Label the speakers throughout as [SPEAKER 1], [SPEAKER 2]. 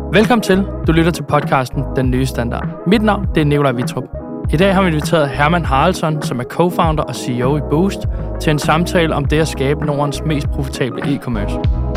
[SPEAKER 1] Velkommen til. Du lytter til podcasten Den Nye Standard. Mit navn det er Nikolaj Vittrup. I dag har vi inviteret Herman Haraldsson, som er co-founder og CEO i Boozt, til en samtale om det at skabe Nordens mest profitable e-commerce.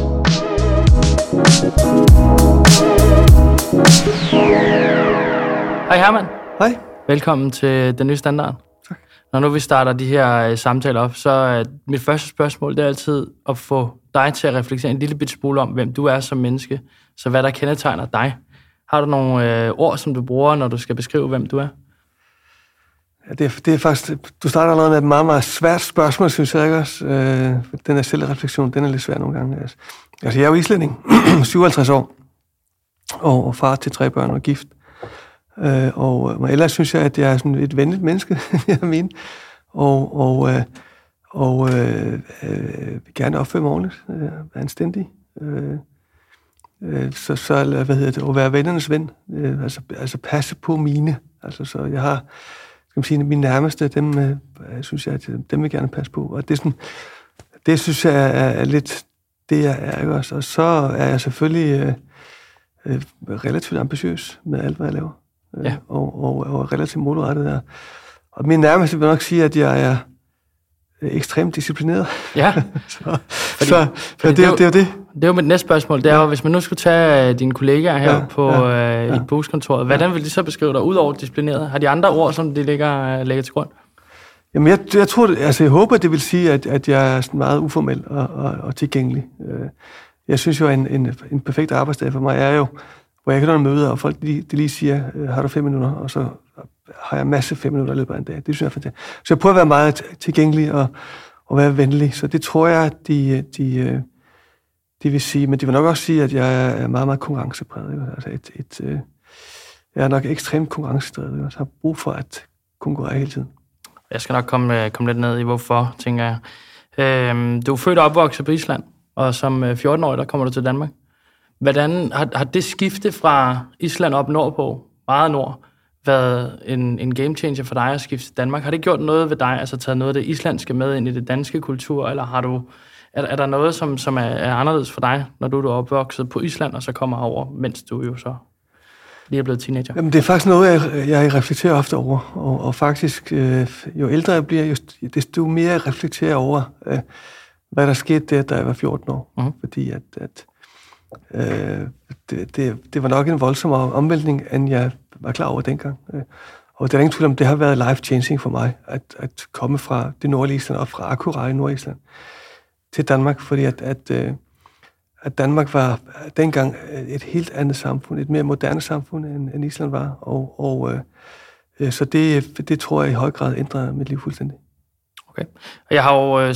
[SPEAKER 1] Hej Herman.
[SPEAKER 2] Hej.
[SPEAKER 1] Velkommen til Den Nye Standard.
[SPEAKER 2] Tak.
[SPEAKER 1] Når nu vi starter de her samtaler op, så er mit første spørgsmål, det er altid at få dig til at reflektere en lille bitte smule om, hvem du er som menneske. Så hvad der kendetegner dig. Har du nogle ord, som du bruger, når du skal beskrive, hvem du er?
[SPEAKER 2] Ja, det er faktisk... Du starter allerede med et meget, meget svært spørgsmål, synes jeg ikke også. Den her selvreflektion, den er lidt svær nogle gange. Altså, jeg er jo islænding, 57 år, og far til 3 børn og gift. Og ellers synes jeg, at jeg er sådan et venligt menneske, jeg mener. Og vil gerne opføre mig ordentligt, være anstændig. Så hvad hedder det, at være vennernes ven, altså passe på mine. Altså, så jeg har, skal man sige, mine nærmeste, dem synes jeg, at dem vil gerne passe på. Og det er sådan, det synes jeg er lidt det, jeg er, ikke også? Og så er jeg selvfølgelig relativt ambitiøs med alt, hvad jeg laver. Ja. Og relativt målrettet der. Og min nærmeste vil nok sige, at jeg er ekstremt disciplineret.
[SPEAKER 1] Ja.
[SPEAKER 2] så det er jo det.
[SPEAKER 1] Det er jo mit næste spørgsmål. Det er jo, hvis man nu skulle tage dine kollegaer her på i Boozt-kontoret, hvordan vil de så beskrive dig, udover disciplineret? Har de andre ord, som de lægger til grund?
[SPEAKER 2] Jamen, jeg tror, jeg håber, det vil sige, at jeg er sådan meget uformel og tilgængelig. Jeg synes jo, en perfekt arbejdsdag for mig er jo, hvor jeg kan have nogle møder, og folk de lige siger, har du 5 minutter, og så har jeg masse 5 minutter i løbet af en dag. Det synes jeg er fantastisk. Så jeg prøver at være meget tilgængelig og være venlig. Så det tror jeg, at de vil sige. Men de vil nok også sige, at jeg er meget, meget konkurrencepræget. Altså jeg er nok ekstremt konkurrencedrevet. Jeg har brug for at konkurrere hele tiden.
[SPEAKER 1] Jeg skal nok komme lidt ned i, hvorfor, tænker jeg. Du er født og opvokset på Island, og som 14-årig, der kommer du til Danmark. Hvordan har det skifte fra Island op nordpå, meget nord, været en game changer for dig at skifte til Danmark? Har det gjort noget ved dig, altså taget noget af det islandske med ind i det danske kultur, eller er der noget, som er anderledes for dig, når du er opvokset på Island, og så kommer over, mens du jo så lige er blevet teenager?
[SPEAKER 2] Jamen, det er faktisk noget, jeg reflekterer ofte over, og faktisk, jo ældre jeg bliver, desto mere jeg reflekterer over, hvad der skete der, da jeg var 14 år. Uh-huh. Fordi det var nok en voldsom omvæltning, end jeg var klar over dengang. Og der er ingen tvivl om, det har været life-changing for mig, at komme fra det nordlige Island og fra Akureyri i Nordisland til Danmark, fordi at Danmark var dengang et helt andet samfund, et mere moderne samfund, end Island var. Så det tror jeg i høj grad ændrede mit liv fuldstændig.
[SPEAKER 1] Okay. Jeg har jo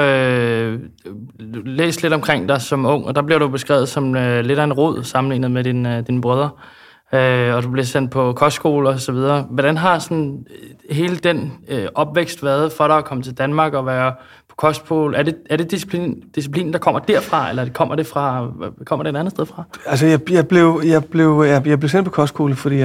[SPEAKER 1] læst lidt omkring dig som ung, og der bliver du beskrevet som lidt af en rod sammenlignet med dine brødre. Og du blev sendt på kostskole og så videre. Hvordan har sådan hele den opvækst været for dig at komme til Danmark og være på kostskole? Er det disciplinen, der kommer derfra, eller kommer det et andet sted fra? Altså,
[SPEAKER 2] jeg blev sendt på kostskole, fordi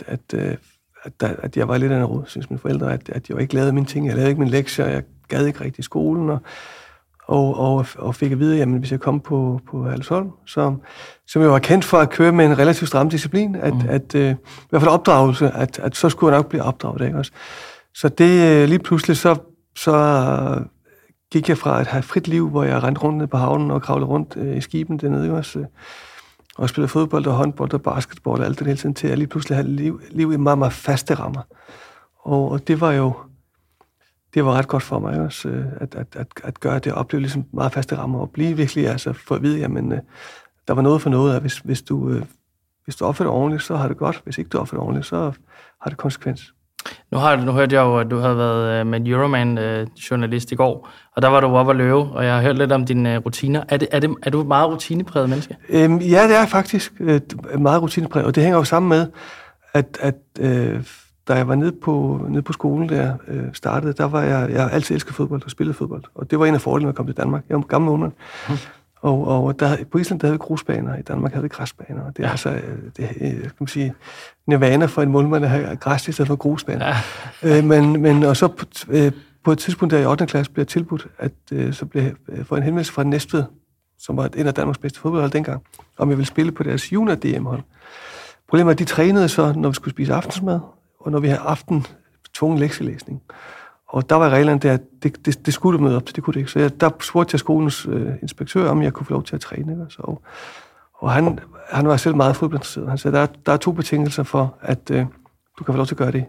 [SPEAKER 2] at jeg var lidt af en rod, synes mine forældre, at jeg ikke lavede mine ting. Jeg lavede ikke mine lektier, jeg gad ikke rigtig i skolen, og fik at vide, jamen hvis jeg kom på Herlufsholm, som jeg var kendt for at køre med en relativt stram disciplin, at i hvert fald opdragelse, at så skulle jeg nok blive opdraget, ikke også? Så det lige pludselig, så gik jeg fra at have et frit liv, hvor jeg rendte rundt ned på havnen og kravlede rundt i skiben dernede, ikke også? Og spillede fodbold og håndbold og basketball og alt det hele tiden til, at jeg lige pludselig havde liv i meget, meget faste rammer. Og det var ret godt for mig også, at gøre det, og opleve ligesom meget faste rammer, og blive virkelig, altså for at vide, jamen, der var noget for noget, at hvis du opfører dig ordentligt, så har det godt. Hvis ikke du opfører dig ordentligt, så har det konsekvens.
[SPEAKER 1] Nu hørte jeg jo, at du havde været med Euroman-journalist i går, og der var du oppe at løbe, og jeg har hørt lidt om dine rutiner. Er du et meget rutinepræget menneske?
[SPEAKER 2] Ja, det er faktisk meget rutinepræget, og det hænger jo sammen med, at da jeg var nede på skolen, der startede, der var jeg altid elsket fodbold og spillede fodbold, og det var en af fordelene at komme til Danmark. Jeg var gammel ungdom. Og på Island der havde vi grusbaner, i Danmark havde vi græsbaner. Og det er altså, kan man sige, nirvana for en målmand at have græs i stedet for grusbaner. Ja. Men og så på et tidspunkt der i 8. klasse blev jeg tilbudt, at så blev jeg få en henvendelse fra Næstved som var en af Danmarks bedste fodboldhold dengang, om jeg ville spille på deres junior-DM-hold. Problemet er, at de trænede så, når vi skulle spise aftensmad, og når vi havde tvungen lektielæsning. Og der var reglerne der, det skulle du møde op til, det kunne det ikke. Så der spurgte jeg skolens inspektør, om jeg kunne få lov til at træne. Og han var selv meget fodboldinteresseret. Han sagde, der er 2 betingelser for, at du kan få lov til at gøre det.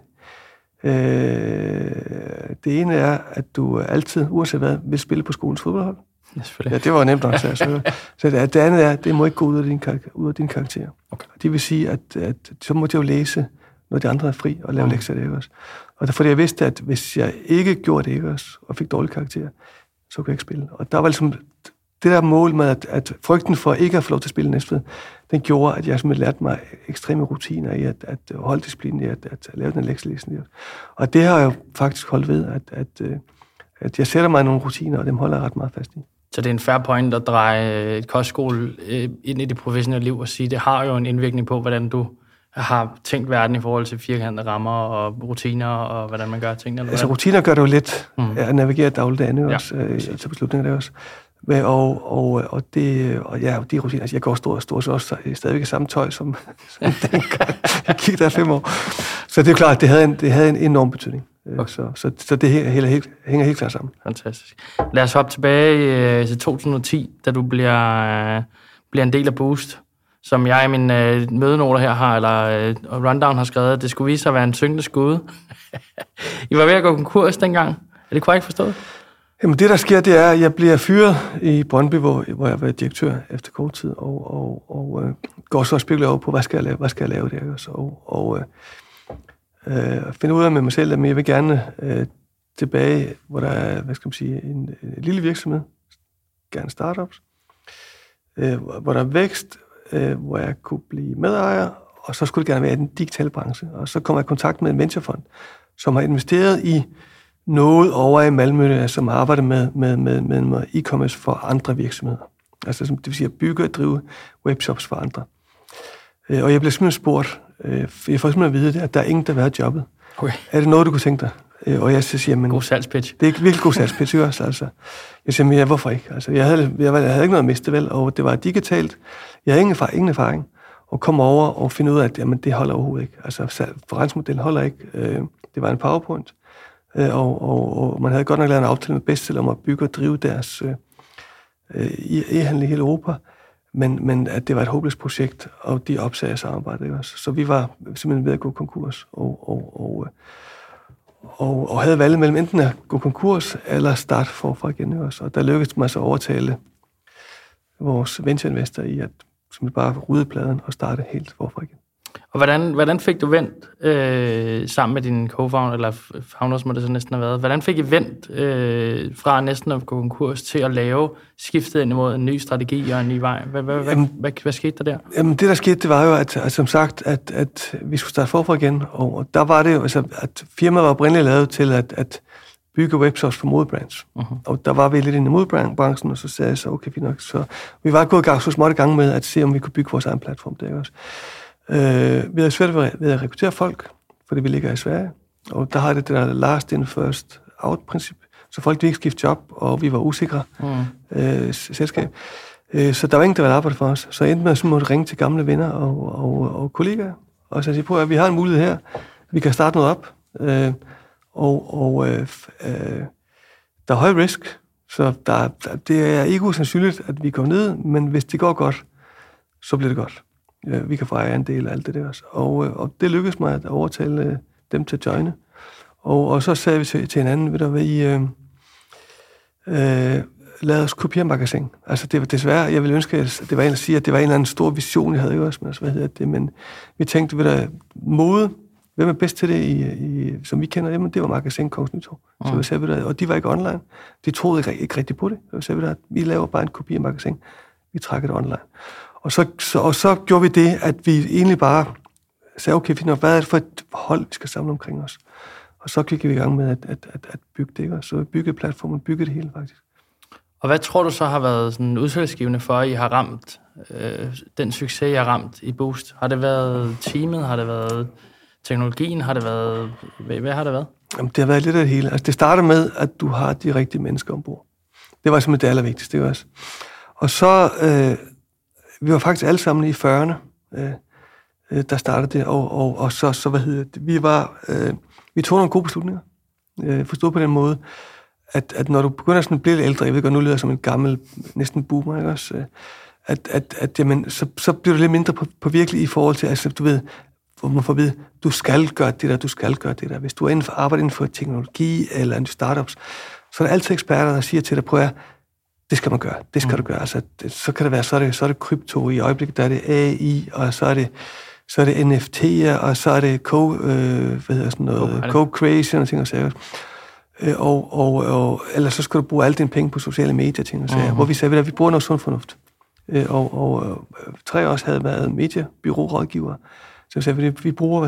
[SPEAKER 2] Det ene er, at du altid, uanset hvad, vil spille på skolens fodboldhold. Ja, det var nemt nok. Så det andet er, det må ikke gå ud af din karakter. Okay. Det vil sige, at så må jeg jo læse, når de andre er fri, og lave lektier det også. Og derfor jeg vidste, at hvis jeg ikke gjorde det ikke også, og fik dårlige karakterer, så kunne jeg ikke spille. Og der var ligesom det der mål med, at frygten for ikke at få lov til at spille næste, den gjorde, at jeg simpelthen lærte mig ekstreme rutiner i at holde disciplinen i at lave den lektielæsning. Og det har jeg jo faktisk holdt ved, at jeg sætter mig nogle rutiner, og dem holder jeg ret meget fast i.
[SPEAKER 1] Så det er en fair point at dreje et kostskole ind i det professionelle liv og sige, det har jo en indvirkning på, hvordan du har tænkt verden i forhold til firkantede rammer og rutiner, og hvordan man gør tingene? Eller
[SPEAKER 2] altså rutiner gør det jo let at navigere dagligdagen også, til beslutninger der også. De rutiner, altså jeg går stort også stadigvæk i samme tøj, som dengang jeg gik der 5 år. Så det er klart, det havde en enorm betydning. Okay. Så det hænger helt klart sammen.
[SPEAKER 1] Fantastisk. Lad os hoppe tilbage til 2010, da du bliver en del af Boost, som jeg i mine mødenoter her har, eller rundown har skrevet, det skulle vise sig at være en synkende skude. I var ved at gå konkurs dengang. Er det korrekt forstået?
[SPEAKER 2] Jamen det, der sker, det er, at jeg bliver fyret i Brøndby, hvor jeg var direktør efter kort tid, og går så og spekulerer over på, hvad skal jeg lave der også, og finder ud af med mig selv, at jeg vil gerne tilbage, hvor der er, en lille virksomhed, gerne startups, hvor der er vækst, hvor jeg kunne blive medejer, og så skulle det gerne være i den digitale branche. Og så kom jeg i kontakt med en venturefond, som har investeret i noget over i Malmø, som arbejder med e-commerce for andre virksomheder. Altså det vil sige at bygge og drive webshops for andre. Og jeg blev simpelthen spurgt, jeg får simpelthen at vide, at der er ingen, der vil have jobbet. Okay. Er det noget, du kunne tænke dig? Og jeg siger, jamen...
[SPEAKER 1] God salgspitch.
[SPEAKER 2] Det er virkelig god salgspitch, også, altså. Jeg siger, men ja, hvorfor ikke? Altså, jeg havde ikke noget at miste, vel, og det var digitalt. Jeg havde ingen erfaring. Og kom over og finde ud af, at jamen, det holder overhovedet ikke. Altså, forretningsmodellen holder ikke. Det var en PowerPoint. Og man havde godt nok lavet en aftale med Bestseller om at bygge og drive deres e-handel i hele Europa. Men at det var et håbløst projekt, og de opsagde samarbejdet også. Så vi var simpelthen ved at gå konkurs, og havde valget mellem enten at gå konkurs, eller starte forfra igen også. Og der lykkedes mig så at overtale vores ventureinvestor i at simpelthen bare rydde pladen og starte helt forfra igen.
[SPEAKER 1] Og hvordan fik du vendt sammen med din co-founder, eller founders må det så næsten have været, hvordan fik I vendt fra næsten at gå konkurs til at lave skiftet ind imod en ny strategi og en ny vej? Hvad skete der? Jamen
[SPEAKER 2] det der skete, det var jo, at som sagt, at vi skulle starte forfra igen, og der var det jo, altså, at firmaet var oprindeligt lavet til at bygge webshops for modebrands. Uh-huh. Og der var vi lidt inde i modebranchen, og så sagde jeg så, okay, fint nok. Så vi var gået så småt i gang med at se, om vi kunne bygge vores egen platform der også. Vi har svært ved at rekruttere folk, fordi vi ligger i Sverige, og der har det der last in, first out-princip, så folk ikke skifte job, og vi var usikre selskab. Så der var ingen, der ville arbejde for os. Så endte med at måtte ringe til gamle venner og kollegaer, og så sige på, at vi har en mulighed her, vi kan starte noget op, der er høj risk, så det er ikke usandsynligt, at vi går ned, men hvis det går godt, så bliver det godt. Vi kan få ejerandel og alt det der også. Og det lykkedes mig at overtale dem til at joine. Og så sagde vi til hinanden, ved du hvad, lad os kopiere magasin. Altså det var desværre, jeg ville ønske, at det var en at sige, at det var en eller anden stor vision, jeg havde jo også, men altså, hvad hedder det, men vi tænkte, ved du, mode, hvem er bedst til det, som vi kender, jamen det var Magasin Kongens Nytorv. Så vi sagde, ved du, og de var ikke online. De troede ikke rigtig på det. Så vi sagde, ved du, vi laver bare en kopi af Magasin. Vi trækker det online. Og så gjorde vi det, at vi egentlig bare sagde, okay, fint nok, hvad er det for et hold, vi skal samle omkring os? Og så gik vi i gang med at bygge det, og så vi byggede platformen, byggede det hele faktisk.
[SPEAKER 1] Og hvad tror du så har været sådan udslagsgivende for, at I har ramt den succes, I har ramt i Boost? Har det været teamet? Har det været teknologien? Har det været... Hvad har det været?
[SPEAKER 2] Jamen, det har været lidt af det hele. Altså, det starter med, at du har de rigtige mennesker ombord. Det var simpelthen det allervigtigste, det også. Og så, vi var faktisk alle sammen i 40'erne, der startede det, og så hvad hedder det, vi tog nogle gode beslutninger, forstået på den måde, at når du begynder sådan at blive lidt ældre, jeg ved godt, nu lyder jeg som en gammel, næsten boomer, ikke også, jamen, så bliver du lidt mindre på virkelig i forhold til, altså du ved, hvor man får at vide, du skal gøre det der, du skal gøre det der. Hvis du arbejder inden for teknologi eller en startups, så er der altid eksperter, der siger til dig, prøv at det skal man gøre, det skal du gøre. Altså, så kan det være, så er det krypto, i øjeblikket der er det AI, og så er det NFT'er, og så er det co-creation og ting og sager. Og ellers så skal du bruge alle dine penge på sociale medier, ting og sager. Hvor vi sagde, at vi bruger noget sund fornuft. Og 3 år havde været mediebyrårådgiver. Så vi sagde, at vi bruger,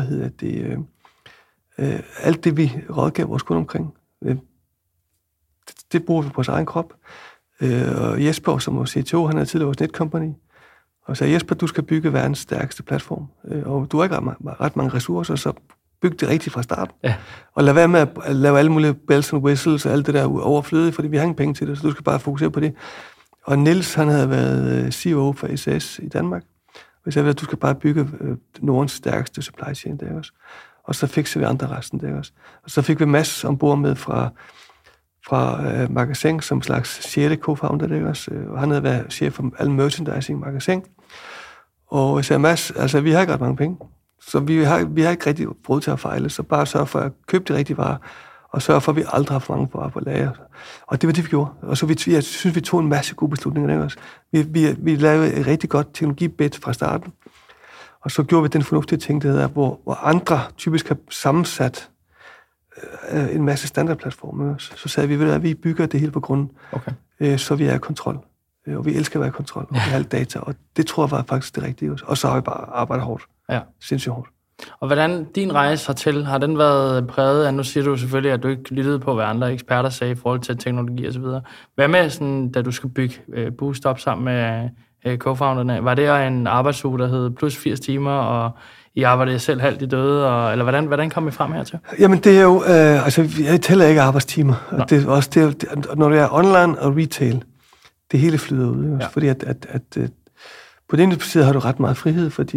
[SPEAKER 2] alt det, vi rådgiver vores kunder omkring, det bruger vi på vores egen krop. Og Jesper, som var CTO, han er tidligere vores Netcompany, og sagde, Jesper, du skal bygge verdens stærkeste platform. Og du har ikke ret mange ressourcer, så byg det rigtigt fra starten. Ja. Og lad være med at lave alle mulige bells and whistles og alt det der overflødige, fordi vi har ingen penge til det, så du skal bare fokusere på det. Og Niels, han havde været CEO for SS i Danmark. Og jeg sagde, at du skal bare bygge Nordens stærkeste supply chain der også. Og så fikser vi andre resten der også. Og så fik vi Mads ombord med fra Magasin som slags 6. co-founder der også. Og han havde været chef for alle merchandising i Magasin. Og jeg sagde, Mads, altså vi har ikke ret mange penge. Så vi har ikke rigtig råd til at fejle. Så bare sørg for at købe de rigtige varer. Og sørge for, at vi aldrig har for mange varer på lager. Og det var det, vi gjorde. Og så jeg synes, vi tog en masse gode beslutninger der også. Vi lavede et rigtig godt teknologibet fra starten. Og så gjorde vi den fornuftige ting, der hedder, hvor andre typisk har sammensat en masse standardplatforme. Så sagde vi, at vi bygger det hele på grunden, så vi er i kontrol. Og vi elsker at være i kontrol, og vi har alt data. Og det tror jeg var faktisk det rigtige også. Og så har vi bare arbejdet hårdt. Ja. Sindssygt hårdt.
[SPEAKER 1] Og hvordan din rejse hertil, har den været præget af, nu siger du selvfølgelig, at du ikke lyttede på, hvad andre eksperter sagde i forhold til teknologi og så videre. Hvad med, sådan, da du skal bygge Boozt op sammen med co-founderne? Var det en arbejdsuge, der hed plus 80 timer, og I arbejdede selv halvt i døde? Eller hvordan kom I frem hertil?
[SPEAKER 2] Jamen det er jo, jeg tæller ikke arbejdstimer. Og det er også når det er online og retail, det hele flyder ud. Ja. Fordi at på den side har du ret meget frihed, fordi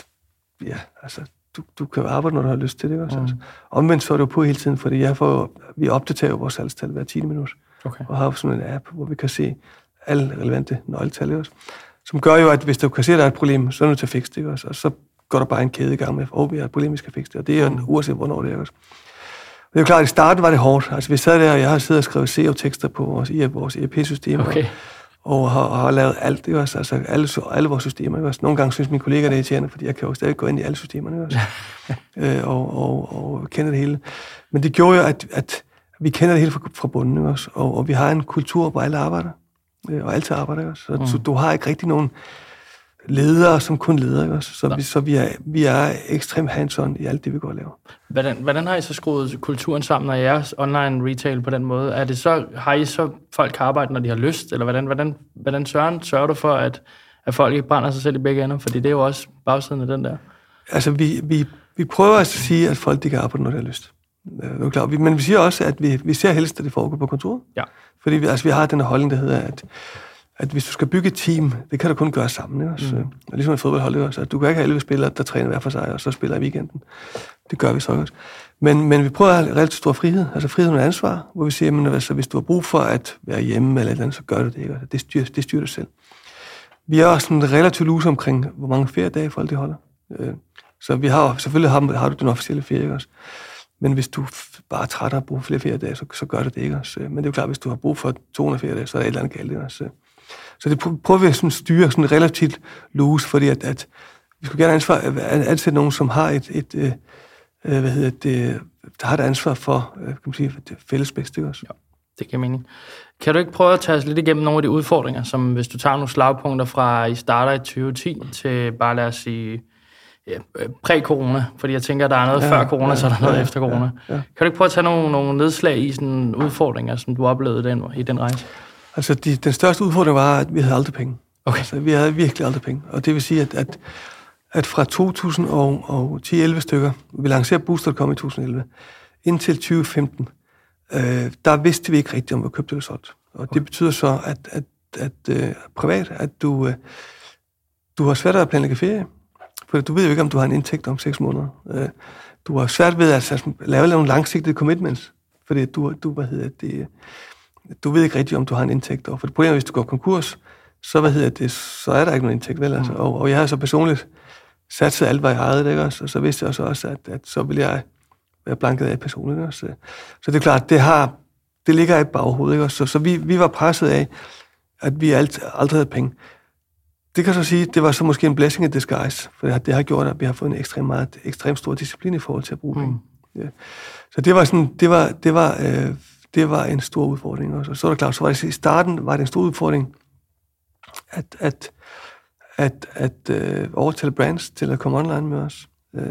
[SPEAKER 2] du kan arbejde, når du har lyst til det også. Altså. Omvendt så er du på hele tiden, fordi vi opdaterer vores salgstal hver 10 minutter. Okay. Og har sådan en app, hvor vi kan se alle relevante nøgletal også. Som gør jo, at hvis du kan se, at der er et problem, så er du nødt til at fikse det også. Og så går der bare en kæde i gang med, vi har et problem, vi skal fikse det. Og det er jo uanset, hvornår det er også. Og det er jo klart, at i starten var det hårdt. Altså vi sad der, og jeg har siddet og skrevet SEO-tekster på vores ERP-systemer. Okay. Og har lavet alt, det også, altså alle vores systemer. Også. Nogle gange synes mine kolleger, det er irriterende, fordi jeg kan jo stadig gå ind i alle systemerne også. Og kende det hele. Men det gjorde jo, at vi kender det hele fra bunden også, og vi har en kultur, hvor alle arbejder, og altid arbejder også. Så du har ikke rigtig nogen ledere, som kun leder også. Så vi er ekstremt hands-on i alt det, vi går og laver.
[SPEAKER 1] Hvordan har I så skruet kulturen sammen, når I er online retail på den måde? Er det så, har I så folk kan arbejde, når de har lyst? Eller hvordan sørger du for, at folk ikke brænder sig selv i begge ender? Fordi det er jo også bagsiden af den der.
[SPEAKER 2] Altså, vi prøver at sige, at folk de kan arbejde, når de har lyst. Men vi siger også, at vi ser helst, at det foregår på kontoret. Ja. Fordi vi har den holdning, der hedder, at hvis du skal bygge et team, det kan du kun gøre sammen. Også. Ligesom et fodboldhold også. At du kan ikke have 11 spillere, der træner hver for sig, og så spiller i weekenden. Det gør vi så også. Men vi prøver at have relativt stor frihed. Altså frihed og ansvar, hvor vi siger, at hvis du har brug for at være hjemme eller et eller andet, så gør du det ikke. Det styrer dig selv. Vi er også sådan relativt luse omkring, hvor mange feriedage folk de holder. Så vi har selvfølgelig har du den officielle ferie også. Men hvis du bare er træt af at bruge flere feriedage, så gør du det ikke også. Men det er jo klart, hvis du har brug for 200 feriedage, så er der et eller andet galt også. Så det prøver vi at sådan styre sådan relativt loose, fordi at vi skulle gerne ansætte nogen, som har der har et ansvar for, kan man sige, fælles bedste også. Ja,
[SPEAKER 1] det giver mening. Kan du ikke prøve at tage os lidt igennem nogle af de udfordringer, som hvis du tager nogle slagpunkter fra I starter i 2010 til bare lad os sige præ-corona, fordi jeg tænker, at der er noget før corona, så er der noget efter corona. Ja. Kan du ikke prøve at tage nogle nedslag i sådan udfordringer, som du oplevede i den rejse?
[SPEAKER 2] Altså, den største udfordring var, at vi havde aldrig penge. Okay. Altså, vi havde virkelig aldrig penge. Og det vil sige, at fra 2010-11 stykker, vi lancerede Boozt.com i 2011, indtil 2015, der vidste vi ikke rigtigt, om vi købte eller solgt. Og det betyder så, at privat, at du har svært ved at planlægge ferie. For du ved jo ikke, om du har en indtægt om 6 måneder. Du har svært ved at lave nogle langsigtede commitments, fordi du ved ikke rigtigt, om du har en indtægt. Og for det problemet, hvis du går konkurs, så er der ikke nogen indtægt, vel? Altså. Og jeg har så personligt satset alt, hvad jeg ejede, ikke også? Og så vidste jeg også, at så ville jeg være blanket af personligt, ikke også? Så det er klart, det ligger i baghovedet, ikke også? Så vi var presset af, at vi aldrig havde penge. Det kan så sige, det var så måske en blessing in disguise, for det har gjort, at vi har fået en ekstremt stor disciplin i forhold til at bruge penge. Ja. Så det var sådan, det var en stor udfordring også. Og så er det klart, så var det i starten var det en stor udfordring at overtale brands til at komme online med os.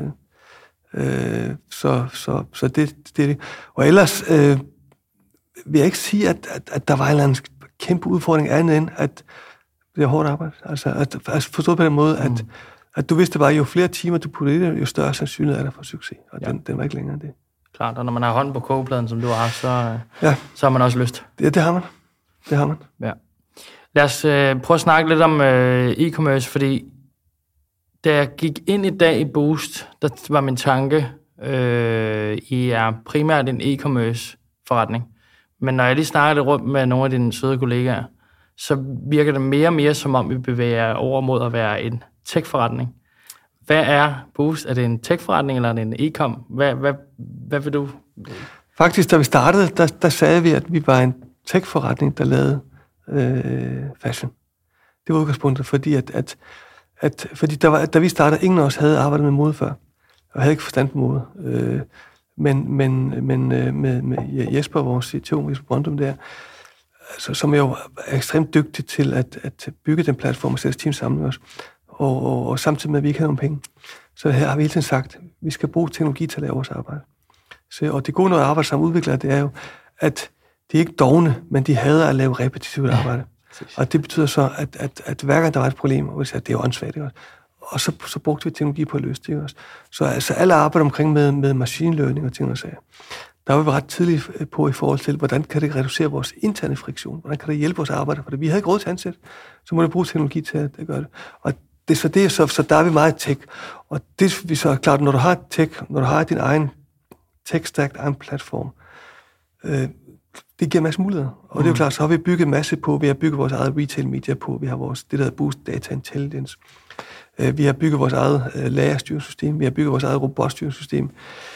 [SPEAKER 2] Så det. Og ellers vil jeg ikke sige, at der var en eller anden kæmpe udfordring andet end, at det er hårdt arbejde. Altså forstået på den måde, at du vidste bare, jo flere timer du putter i det, jo større sandsynlighed er der for succes. Og den var ikke længere end det.
[SPEAKER 1] Klart, og når man har hånden på kogepladen, som du har haft, så har man også lyst.
[SPEAKER 2] Ja, det har man.
[SPEAKER 1] Ja. Lad os prøve at snakke lidt om e-commerce, fordi da jeg gik ind i dag i Boozt, der var min tanke, I er primært en e-commerce forretning. Men når jeg lige snakker det rundt med nogle af dine søde kollegaer, så virker det mere og mere, som om vi bevæger over mod at være en tech-forretning. Hvad er Boozt? Er det en tech-forretning, eller er det en e-com? Hvad vil du?
[SPEAKER 2] Faktisk, da vi startede, der sagde vi, at vi var en tech-forretning, der lavede fashion. Det var udgangspunktet, fordi da vi startede, ingen af os havde arbejdet med mode før, og havde ikke forstand på mode. Men med Jesper, vores CTO, Jesper Brøndum der, altså, som jo er ekstremt dygtig til at bygge den platform og sætte team sammen med os, og samtidig med, at vi ikke havde nogen penge. Så her har vi hele tiden sagt, at vi skal bruge teknologi til at lave vores arbejde. Og det gode, når jeg arbejder sammen med udviklere, det er jo, at de er ikke dovne, men de hader at lave repetitivt arbejde. Og det betyder så, at hver gang der var et problem, og vi sagde, at det er jo åndssvagt, og så brugte vi teknologi på at løse det også. Så altså alle arbejder omkring med machine learning og ting og sager. Der var vi ret tidligt på i forhold til, hvordan kan det reducere vores interne friktion? Hvordan kan det hjælpe vores arbejde? For vi havde ikke råd til ansæt, så må det bruge teknologi til at gøre det. Og så der er vi meget tech. Og det vi så er klart, når du har tech, når du har din egen tech-stack, egen platform, det giver en masse muligheder. Og det er jo klart, så har vi bygget en masse på. Vi har bygget vores eget retail media på. Vi har det der hedder Boozt Data Intelligence. Vi har bygget vores eget lagerstyringssystem. Vi har bygget vores eget robotstyringssystem.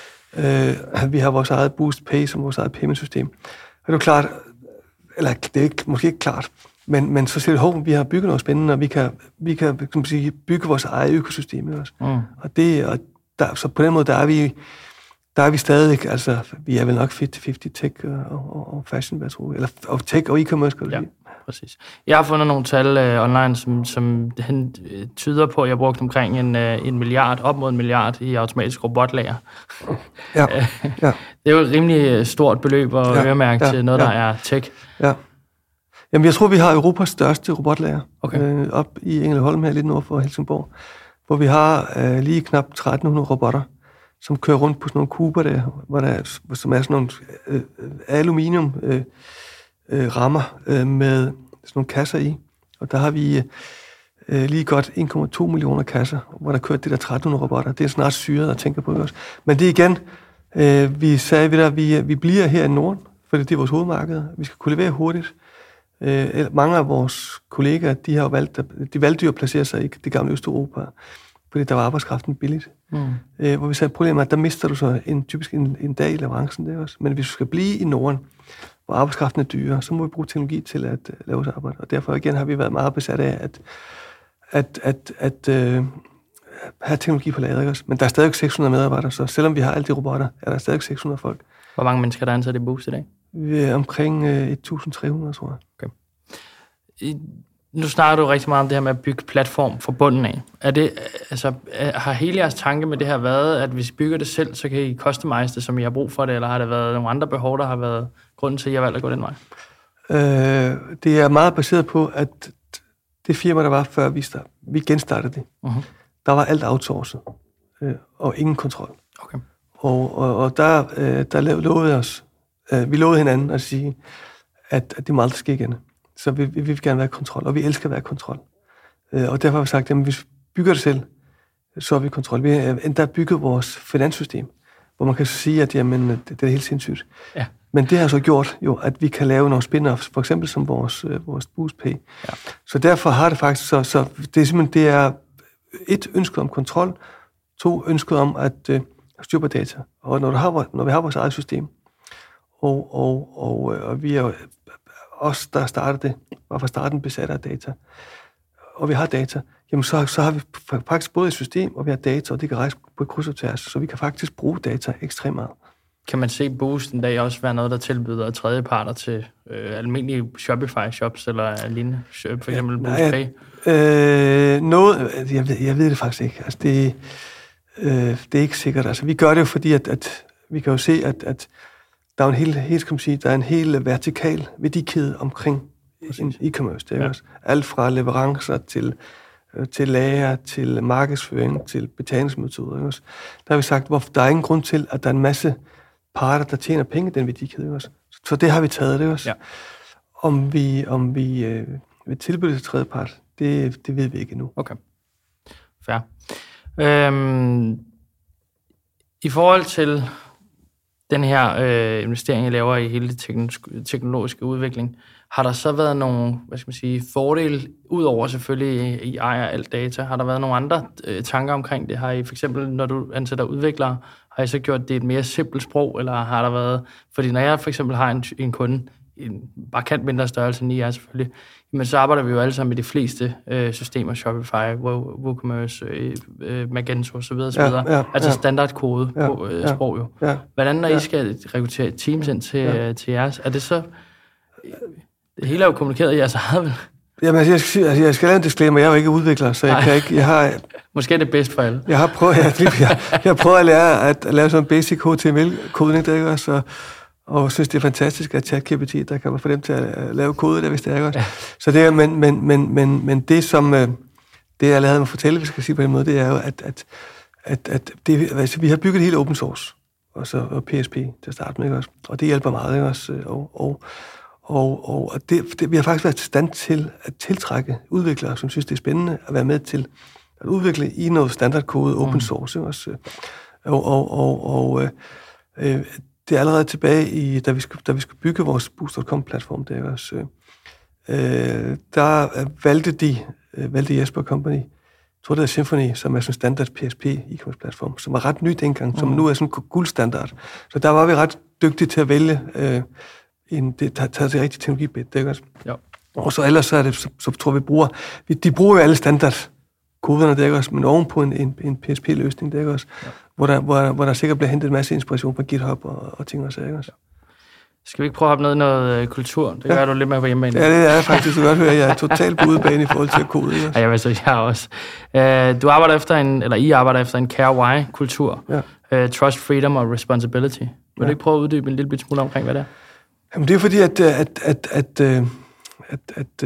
[SPEAKER 2] Vi har vores eget Boozt Pay som vores eget payment-system. Og det er jo klart, eller det er måske ikke klart, men så siger det, vi har bygget noget spændende, og vi kan bygge vores eget økosystem også. Så på den måde, der er vi stadig, altså vi er vel nok 50-50 tech og fashion, hvad tror jeg, eller og tech og e-commerce, kan du sige.
[SPEAKER 1] Præcis. Jeg har fundet nogle tal online, som tyder på, at jeg har brugt omkring en milliard, op mod 1 milliard i automatisk robotlager.
[SPEAKER 2] Ja.
[SPEAKER 1] Det er jo et rimelig stort beløb at øremærke til noget, der er tech.
[SPEAKER 2] Ja. Jamen, jeg tror, vi har Europas største robotlager op i Ängelholm her lidt nord for Helsingborg, hvor vi har lige knap 1300 robotter, som kører rundt på sådan nogle kuber der, som er sådan nogle aluminium rammer med sådan nogle kasser i. Og der har vi lige godt 1,2 millioner kasser, hvor der kører det der 1300 robotter. Det er snart syret at tænke på også. Men det igen, vi sagde, at vi bliver her i Norden, fordi det er vores hovedmarked. Vi skal kunne levere hurtigt. Mange af vores kollegaer, de valgte jo at placere sig i det gamle Østeuropa, fordi der var arbejdskraften billigt. Hvor vi sagde, problemet er, at der mister du så typisk en dag i leverancen der også. Men hvis du skal blive i Norden, hvor arbejdskraften er dyre, så må vi bruge teknologi til at lave vores arbejde. Og derfor igen har vi været meget besat af at have teknologi på lageret også. Men der er stadig 600 medarbejdere, så selvom vi har alle de robotter, er der stadig 600 folk.
[SPEAKER 1] Hvor mange mennesker der er ansat i Boozt i dag?
[SPEAKER 2] Vi er omkring 1.300, tror jeg.
[SPEAKER 1] Okay. Nu snakker du rigtig meget om det her med at bygge platform fra bunden af. Har hele jeres tanke med det her været, at hvis I bygger det selv, så kan I customize det, som I har brug for det, eller har der været nogle andre behov, der har været grunden til, at I har valgt at gå den vej?
[SPEAKER 2] Det er meget baseret på, at det firma, der var før vi genstartede det, der var alt outsourcet, og ingen kontrol.
[SPEAKER 1] Okay.
[SPEAKER 2] Og der lovede os, vi lovede hinanden at sige, at det må aldrig ske igen. Så vi vil gerne være i kontrol, og vi elsker at være i kontrol. Og derfor har vi sagt, at hvis vi bygger det selv, så er vi i kontrol. Vi har endda bygget vores finanssystem, hvor man kan sige, at jamen, det er helt sindssygt.
[SPEAKER 1] Ja.
[SPEAKER 2] Men det har så gjort, jo, at vi kan lave nogle spin-offs, for eksempel som vores BoostPay. Ja. Så derfor har det faktisk, så det er simpelthen, det er et ønske om kontrol, 2 ønsket om at styre på data. Og når vi har vores eget system, og vi er os, der startede det, var fra starten besat af data, og vi har data, jamen så har vi faktisk både et system, og vi har data, og det kan rejse på kryds og tværs, så vi kan faktisk bruge data ekstremt meget.
[SPEAKER 1] Kan man se Boost en dag også være noget, der tilbyder tredjeparter til almindelige Shopify-shops eller lignende? For eksempel BoostPay?
[SPEAKER 2] Jeg ved det faktisk ikke. Altså, det er ikke sikkert. Altså, vi gør det jo, fordi at vi kan jo se, at der er en hel vertikal værdikæde omkring e-commerce. Det er også alt fra leverancer til lager, til markedsføring, til betalingsmetoder. Også. Der har vi sagt, at der er ingen grund til, at der er en masse parter, der tjener penge i den værdikæde. Også. Så det har vi taget det også. Ja. Om vi vil tilbyde til tredjepart, det ved vi ikke endnu.
[SPEAKER 1] Okay. Fair. I forhold til den her investering, I laver i hele det teknologiske udvikling, har der så været nogle, fordele, udover selvfølgelig, I ejer alt data, har der været nogle andre tanker omkring det? Har I for eksempel, når du ansætter udviklere, har I så gjort det et mere simpelt sprog, eller har der været, fordi når jeg for eksempel har en kunde, en markant mindre størrelse end I er selvfølgelig, men så arbejder vi jo alle sammen med de fleste systemer, Shopify, WooCommerce, Magento osv. Altså standardkode på sprog jo. Ja. Hvordan, når I skal rekruttere teams ind til jeres, er det så... Det hele er jo kommunikeret i jeres eget, vel?
[SPEAKER 2] Jamen, jeg skal lave en disclaimer. Jeg er jo ikke udvikler, så jeg kan ikke...
[SPEAKER 1] Måske er det bedst for alle.
[SPEAKER 2] Jeg har prøvet at lære at lave sådan en basic HTML-kodning, der ikke også, og synes, det er fantastisk, at ChatGPT, der kan man få dem til at lave kode der, hvis det er også. Ja. Så det er, men det, som det, jeg lavede mig fortælle, hvis jeg skal sige på den måde, det er jo, at det, altså, vi har bygget hele open source, og PHP til at starte med, ikke også? Og det hjælper meget, ikke også? Og vi har faktisk været i stand til at tiltrække udviklere, som synes, det er spændende at være med til at udvikle i noget standardkode open source, også. Det er allerede tilbage i, da vi skulle bygge vores Boost.com-platform, det er også, der valgte Jesper Company, jeg tror det er Symfony, som er sådan en standard PHP e-commerce-platform, som var ret ny dengang, som nu er sådan en guldstandard. Så der var vi ret dygtige til at vælge det tager til rigtig teknologibit, det er også. Ja. Og så ellers så er det, så tror vi de bruger jo alle standardkoderne, det er også, men ovenpå en PHP-løsning, det er også, hvor der sikkert bliver hentet en masse inspiration fra GitHub og ting og sager også.
[SPEAKER 1] Skal vi ikke prøve at hoppe ned i noget kultur? Det gør du lidt mere på hjemmebane.
[SPEAKER 2] Ja, det er faktisk så godt høre. Jeg er totalt på udebane i forhold til at kode.
[SPEAKER 1] Ja, jeg vil så, jeg også. I arbejder efter en care why-kultur. Ja. Trust, freedom og responsibility. Vil du ikke prøve at uddybe en lille smule omkring, hvad det er?
[SPEAKER 2] Jamen, det er fordi, at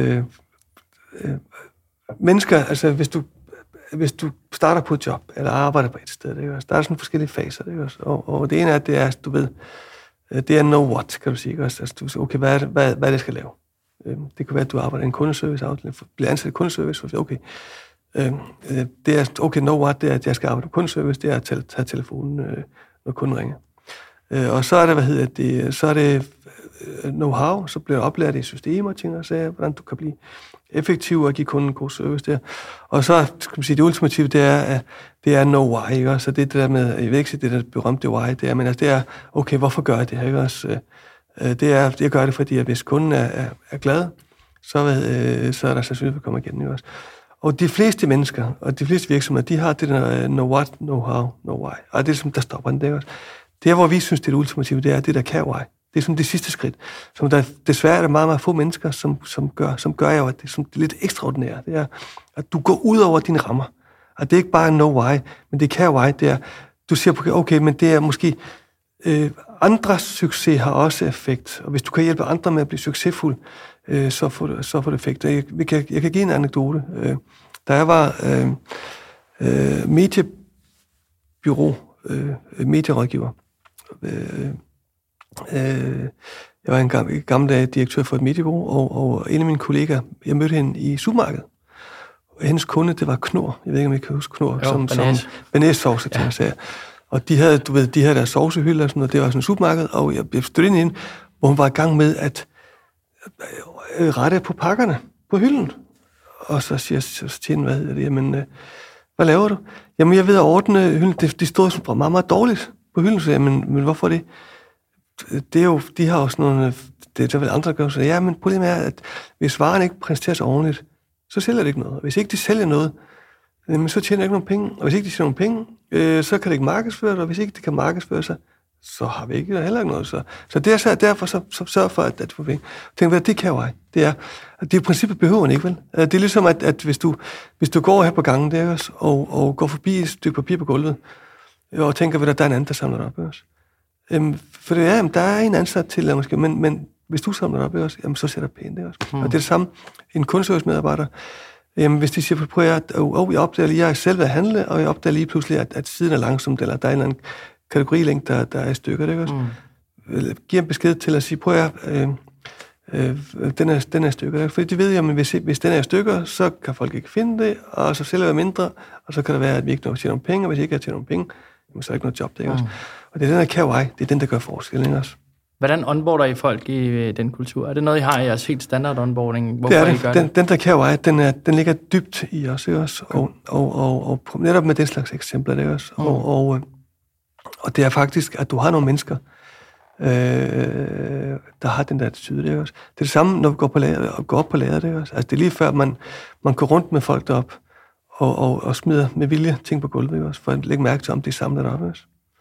[SPEAKER 2] mennesker, altså hvis du starter på et job, eller arbejder på et sted, det er også, der er sådan forskellige faser, det er også, og det ene er, det er, du ved, det er know what, kan du sige, også, altså du siger, okay, hvad er det, jeg skal lave? Det kan være, at du arbejder i en kundeservice, bliver ansat i kundeservice, og siger, okay, det er, okay, know what, det er, at jeg skal arbejde på kundeservice, det er at tage telefonen, når kunden ringer. Og så er det, så er det know-how, så bliver oplært i systemer, ting og sager, hvordan du kan blive effektiv og give kunden en god service der. Og så, skal man sige, det ultimative, det er know why, ikke? Så det er det der med, jeg ved ikke, det der berømte why, det er, men altså det er, okay, hvorfor gør jeg det her, ikke også? Jeg gør det, fordi at hvis kunden er glad, så er der sandsynlighed, at komme igen, ikke også? Og de fleste mennesker, og de fleste virksomheder, de har det der know what, know how, know why. Og det er som der stopper den der også. Det hvor vi synes, det er det ultimative, det er det der care why. Det er sådan det sidste skridt. Som der desværre er der meget, meget få mennesker, som gør jo, at det er lidt ekstraordinært. Det er, at du går ud over dine rammer. Og det er ikke bare know why, men det care why. Det er, du siger, okay, men det er måske andres succes har også effekt. Og hvis du kan hjælpe andre med at blive succesfuld, så får det effekt. Jeg kan give en anekdote. Da jeg var medierådgiver, Jeg var en gammel direktør for et mediebureau, og en af mine kollegaer, jeg mødte hende i supermarkedet. Og hendes kunde, det var Knorr. Jeg ved ikke, om I kan huske Knorr. Som banæssauce, ting og sager. Og de havde, de havde deres sovsehylder og sådan noget. Det var sådan et supermarked, og jeg stødte ind, hvor hun var i gang med at rette på pakkerne på hylden. Og så siger jeg til hende, hvad hedder det? Jamen, hvad laver du? Jamen, jeg ved at ordne hylden. De stod sådan meget, meget dårligt på hylden, så jeg, men hvorfor det? Det er jo, de har jo sådan nogle, det er vel andre, der gør, så ja, men problemet er, at hvis varen ikke præsenteres ordentligt, så sælger det ikke noget. Hvis ikke de sælger noget, så tjener de ikke nogen penge. Og hvis ikke de tjener nogen penge, så kan det ikke markedsføre sig, og hvis ikke det kan markedsføre sig, så har vi ikke heller ikke noget. Så det er så derfor, så sørg for, at du får penge. Tænk, hvad det kan jo ej. Det er i princippet behøver man ikke, vel? Det er ligesom, at hvis du går her på gangen der også, og går forbi et stykke papir på gulvet, og tænker, at der er en anden, der samler det op også. For det er, der er en ansat til, måske, men hvis du samler det op også, jamen, så sætter pænt det også. Og det er det samme. En kundeservice-medarbejder, hvis de siger, prøv at jeg opdager lige, jeg er selv ved at handle, og jeg opdager lige pludselig, at siden er langsomt, eller der er en eller anden kategorilænk, der er i stykker, det også. Giver en besked til at sige, prøv at den er i stykker. Fordi de ved jo, at hvis den er i stykker, så kan folk ikke finde det, og så sælger vi mindre, og så kan det være, at vi ikke når tjener nogle penge, og hvis vi ikke har tjent nogle penge, så er der ikke noget job, det også. Og det er den der KY, det er den, der gør forskellen også.
[SPEAKER 1] Hvordan onboarder I folk i den kultur? Er det noget, I har i jeres helt standard onboarding?
[SPEAKER 2] Hvorfor det er det. Den der KY, den ligger dybt i os, også? Og netop med den slags eksempler, det også. Og det er faktisk, at du har nogle mennesker, der har den der attitude, det også. Det er det samme, når vi går op på lager, det også. Altså det er lige før, man går rundt med folk derop og smider med vilje ting på gulvet, også, for at lægge mærke til, om de samler det op også.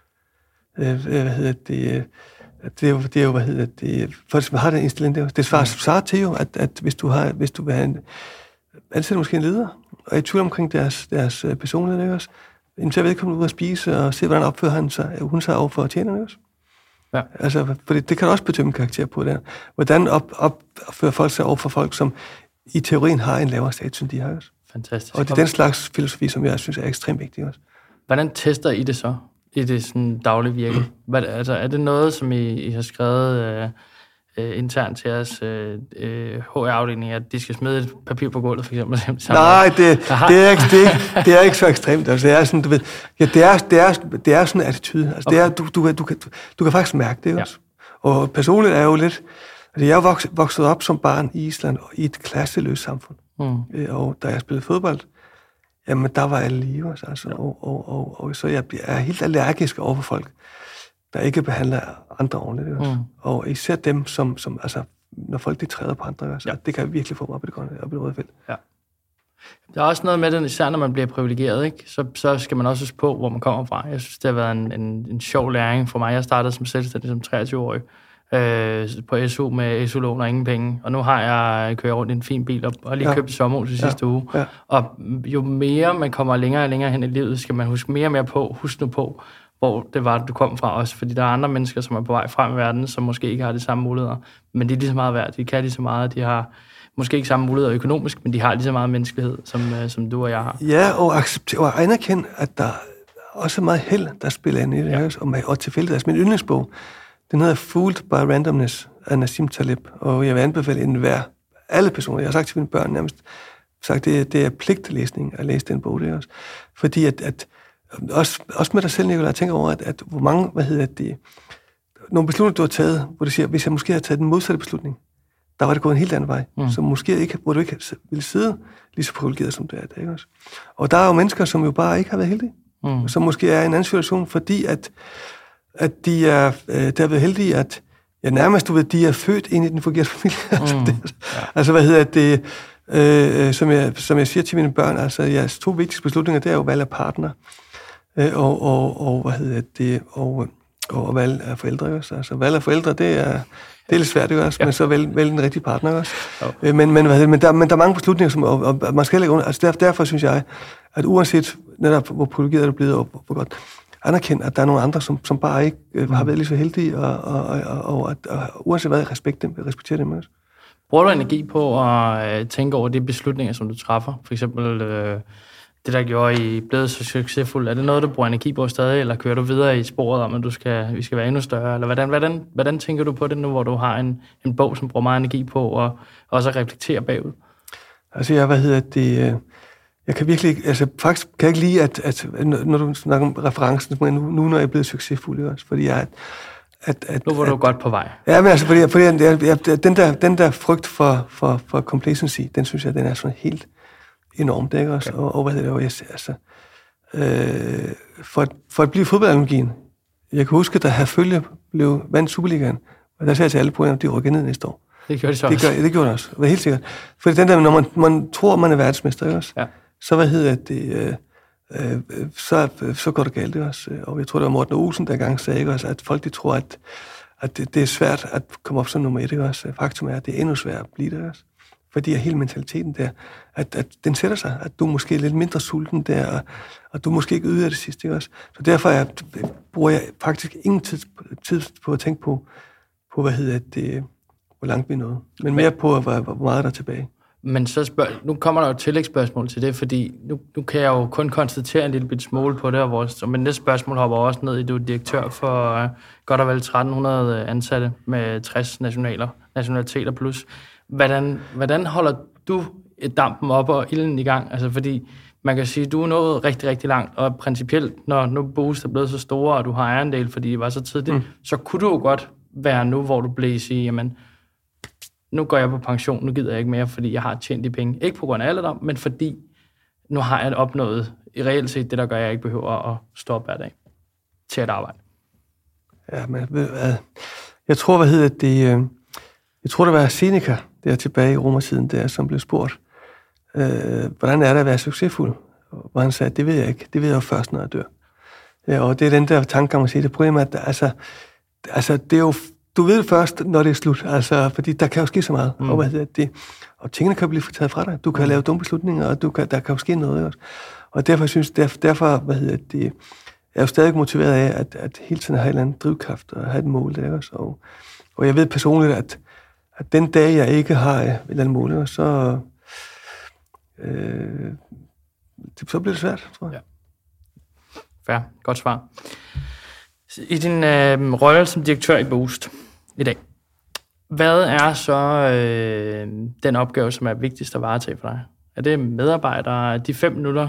[SPEAKER 2] Det er jo, for hvis man har den indstilling, det svarer til jo, at hvis du vil have ansætte måske en leder, og i tvivl omkring deres personlighed, også, inviterer vedkommende ud at spise, og se, hvordan opfører hun sig over for tjenerne også. Ja. Altså, for det kan også betyde en karakter på det. Hvordan opfører folk sig over for folk, som i teorien har en lavere status, end de har også.
[SPEAKER 1] Fantastisk.
[SPEAKER 2] Og det er den slags filosofi, som jeg synes er ekstremt vigtig også.
[SPEAKER 1] Hvordan tester I det så? I det sådan daglige virke? Altså, er det noget, som I har skrevet internt til jeres HR-afdeling, at de skal smide et papir på gulvet, for eksempel?
[SPEAKER 2] Nej, det er ikke så ekstremt. Altså, det er sådan, du ved, ja, det er sådan en attitude. Altså, okay. Du kan faktisk mærke det også. Ja. Og personligt er jo lidt... Altså, jeg er vokset op som barn i Island og i et klasseløst samfund. Og da jeg spillede fodbold, jamen, der var alle lige også. Altså, og så jeg er helt allergisk over for folk, der ikke behandler andre ordentligt. Og især dem, som altså, når folk de træder på andre, altså, det kan virkelig få mig op i det røde felt. Ja.
[SPEAKER 1] Der er også noget med det, især når man bliver privilegeret, ikke? Så skal man også huske på, hvor man kommer fra. Jeg synes, det har været en sjov læring for mig. Jeg startede som selvstændig som 23-årig på SU med SU-lån og ingen penge. Og nu har jeg kørt rundt i en fin bil og lige købt et sommerhus i sidste uge. Ja. Og jo mere man kommer længere og længere hen i livet, skal man huske mere og mere på, husk nu på, hvor det var, du kom fra også. Fordi der er andre mennesker, som er på vej frem i verden, som måske ikke har de samme muligheder. Men de er lige så meget værd. De kan lige så meget. De har måske ikke samme muligheder økonomisk, men de har lige så meget menneskelighed, som du og jeg har. Ja,
[SPEAKER 2] og acceptere og anerkende, at der også er meget held, der spiller ind i det. Og tilfældighed. Altså min yndlingsbog, den hedder Fooled by Randomness af Nassim Taleb, og jeg vil anbefale alle personer, jeg har sagt til mine børn nærmest, det er pligtlæsning at læse den bog, det også. Fordi at også med dig selv, Nicolai, jeg tænker over, at hvor mange, nogle beslutninger, du har taget, hvor du siger, hvis jeg måske havde taget den modsatte beslutning, der var det gået en helt anden vej, så måske ikke, hvor du ikke ville sidde lige så privilegeret, som du er i dag også. Og der er jo mennesker, som jo bare ikke har været heldige, som måske er i en anden situation, fordi at de er været heldige, at nærmest, du ved, de er født ind i den fungerende familie. Altså, som jeg siger til mine børn, altså, jeres 2 vigtigste beslutninger, det er jo valg af partner, og valg af forældre også. Altså, valg af forældre, det er lidt svært også, men så vælg den rigtige partner også. Men der er mange beslutninger, som og man skal ikke under. Altså, derfor synes jeg, at uanset netop, hvor privilegeret er det blevet, og hvor godt, anerkende, at der er nogle andre, som bare ikke har været lige så heldige, og uanset hvad, respektere dem også.
[SPEAKER 1] Bruger du energi på at tænke over de beslutninger, som du træffer? For eksempel det, der gjorde I blevet så succesfuldt, er det noget, du bruger energi på stadig, eller kører du videre i sporet om, at vi skal være endnu større? Eller hvordan tænker du på det nu, hvor du har en bog, som bruger meget energi på, og også reflekterer bagud?
[SPEAKER 2] Altså, jeg kan virkelig ikke, altså faktisk kan jeg ikke lide, at når du snakker om referencen, nu når jeg er blevet succesfuld også, fordi
[SPEAKER 1] nu var du godt på vej.
[SPEAKER 2] Ja, men altså, fordi den der frygt for complacency, den synes jeg, den er sådan helt enormt, ikke også? Okay. Og hvad hedder det, altså, for at blive fodboldanalogien, jeg kan huske, da Herfølge vandt Superligaen, og der sagde jeg til alle programmer, de rykker ned næste år.
[SPEAKER 1] Det gjorde de så også.
[SPEAKER 2] Det gjorde det også, det var helt sikkert. Fordi den der, når man tror, man er verdensmester, ikke også? Ja. Så hvad hedder det, så går det galt, ikke også? Og jeg tror, det var Morten Olsen, der engang sagde, ikke også, at folk de tror, at det er svært at komme op som nummer 1, ikke også? Faktum er, at det er endnu sværere at blive det, også. Fordi hele mentaliteten der, at den sætter sig, at du måske er lidt mindre sulten der, og du måske ikke yder det sidste, ikke også? Så derfor bruger jeg faktisk ingen tid på at tænke på hvad hedder det, hvor langt vi nåede, men mere på, hvor meget der er tilbage.
[SPEAKER 1] Men så nu kommer der jo et tillægsspørgsmål til det, fordi nu kan jeg jo kun konstatere en lille bit smule på det, men næste spørgsmål hopper også ned i, du er direktør for godt og vel 1300 ansatte med 60 nationaliteter plus. Hvordan holder du dampen op og ilden i gang? Altså fordi man kan sige, at du er nået rigtig, rigtig langt, og principielt, når nu Boost er blevet så store, og du har ejendel, fordi det var så tidligt, så kunne du jo godt være nu, hvor du blev sige, jamen, nu går jeg på pension, nu gider jeg ikke mere, fordi jeg har tjent de penge. Ikke på grund af alderdom, men fordi nu har jeg opnået i reelt set det, der gør, at jeg ikke behøver at stå op hver dag til at arbejde.
[SPEAKER 2] Ja, men jeg tror, jeg tror, det var Seneca, der tilbage i romertiden, der, som blev spurgt, hvordan er det at være succesfuld? Hvor han sagde, det ved jeg ikke. Det ved jeg jo først, når jeg dør. Ja, og det er den der tanke, man siger. Det problem er, at altså, det er jo, du ved det først, når det er slut. Altså, fordi der kan jo ske så meget. Og tingene kan blive taget fra dig. Du kan lave dumme beslutninger, og der kan jo ske noget også. Og derfor synes jeg, jeg er jo stadig motiveret af, at hele tiden have en eller anden drivkraft og have et mål der også. Og jeg ved personligt, at den dag, jeg ikke har et eller andet mål, så bliver det svært, tror jeg. Ja.
[SPEAKER 1] Fair. Godt svar. I din rolle som direktør i Boost i dag, hvad er så den opgave, som er vigtigst at varetage for dig? Er det medarbejdere? De 5 minutter?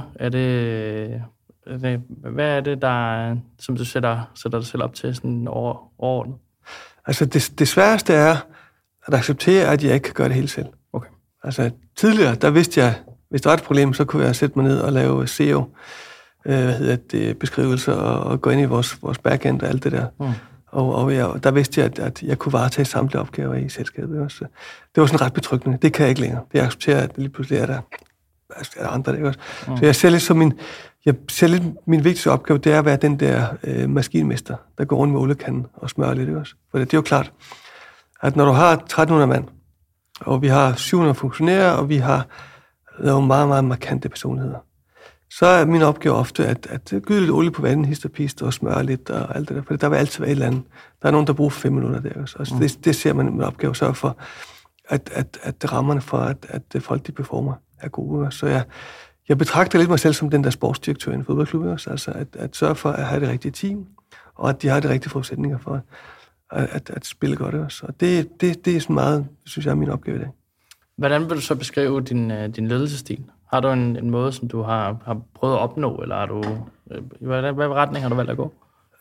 [SPEAKER 1] Hvad er det, som du sætter dig selv op til sådan overordnet? Altså
[SPEAKER 2] det sværeste er at acceptere, at jeg ikke kan gøre det hele selv.
[SPEAKER 1] Okay. Altså
[SPEAKER 2] tidligere, der vidste jeg, hvis der var et problem, så kunne jeg sætte mig ned og lave SEO, beskrivelser og gå ind i vores backend og alt det der. Og der vidste jeg, at jeg kunne varetage samtlige opgaver i selskabet også. Det var sådan ret betryggende. Det kan jeg ikke længere. Det accepterer, at lige pludselig er der andre der også. Så jeg ser lidt min vigtigste opgave, det er at være den der maskinmester, der går rundt med oliekanden og smører lidt også. For det er jo klart, at når du har 1300 mand, og vi har 700 funktionærer, og vi har nogle meget, meget markante personligheder, så er min opgave ofte at gyde lidt olie på vandet, hist og pist, og smøre lidt og alt det der. For der vil altid være et eller andet. Der er nogen, der bruger 5 minutter der også. Altså, det ser man med opgave, sørge for, at rammerne for, at folk de performer, er gode. Så jeg betragter lidt mig selv som den der sportsdirektør i en fodboldklub også. Altså at sørge for at have det rigtige team, og at de har de rigtige forudsætninger for at spille godt også. Og det er sådan meget, synes jeg, er min opgave i dag.
[SPEAKER 1] Hvordan vil du så beskrive din ledelsesstil? Har du en måde, som du har prøvet at opnå, eller har du, hvad retning har du valgt at gå?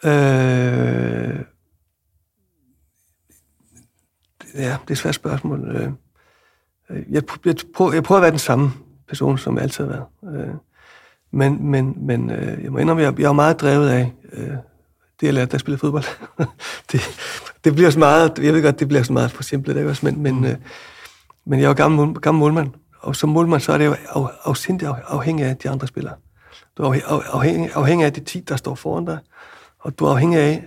[SPEAKER 2] Ja, det er et svært spørgsmål. Jeg prøver at være den samme person, som jeg altid har været. Men jeg må indrømme, jeg er meget drevet af det, jeg lærte, da jeg spillede fodbold. det bliver så meget, jeg ved godt, det bliver så meget for simpelt, ikke også? Men jeg er jo gammel målmand. Og som målmand, så er det jo afhængig af de andre spillere. Du er afhængig af de 10, der står foran dig. Og du er afhængig af,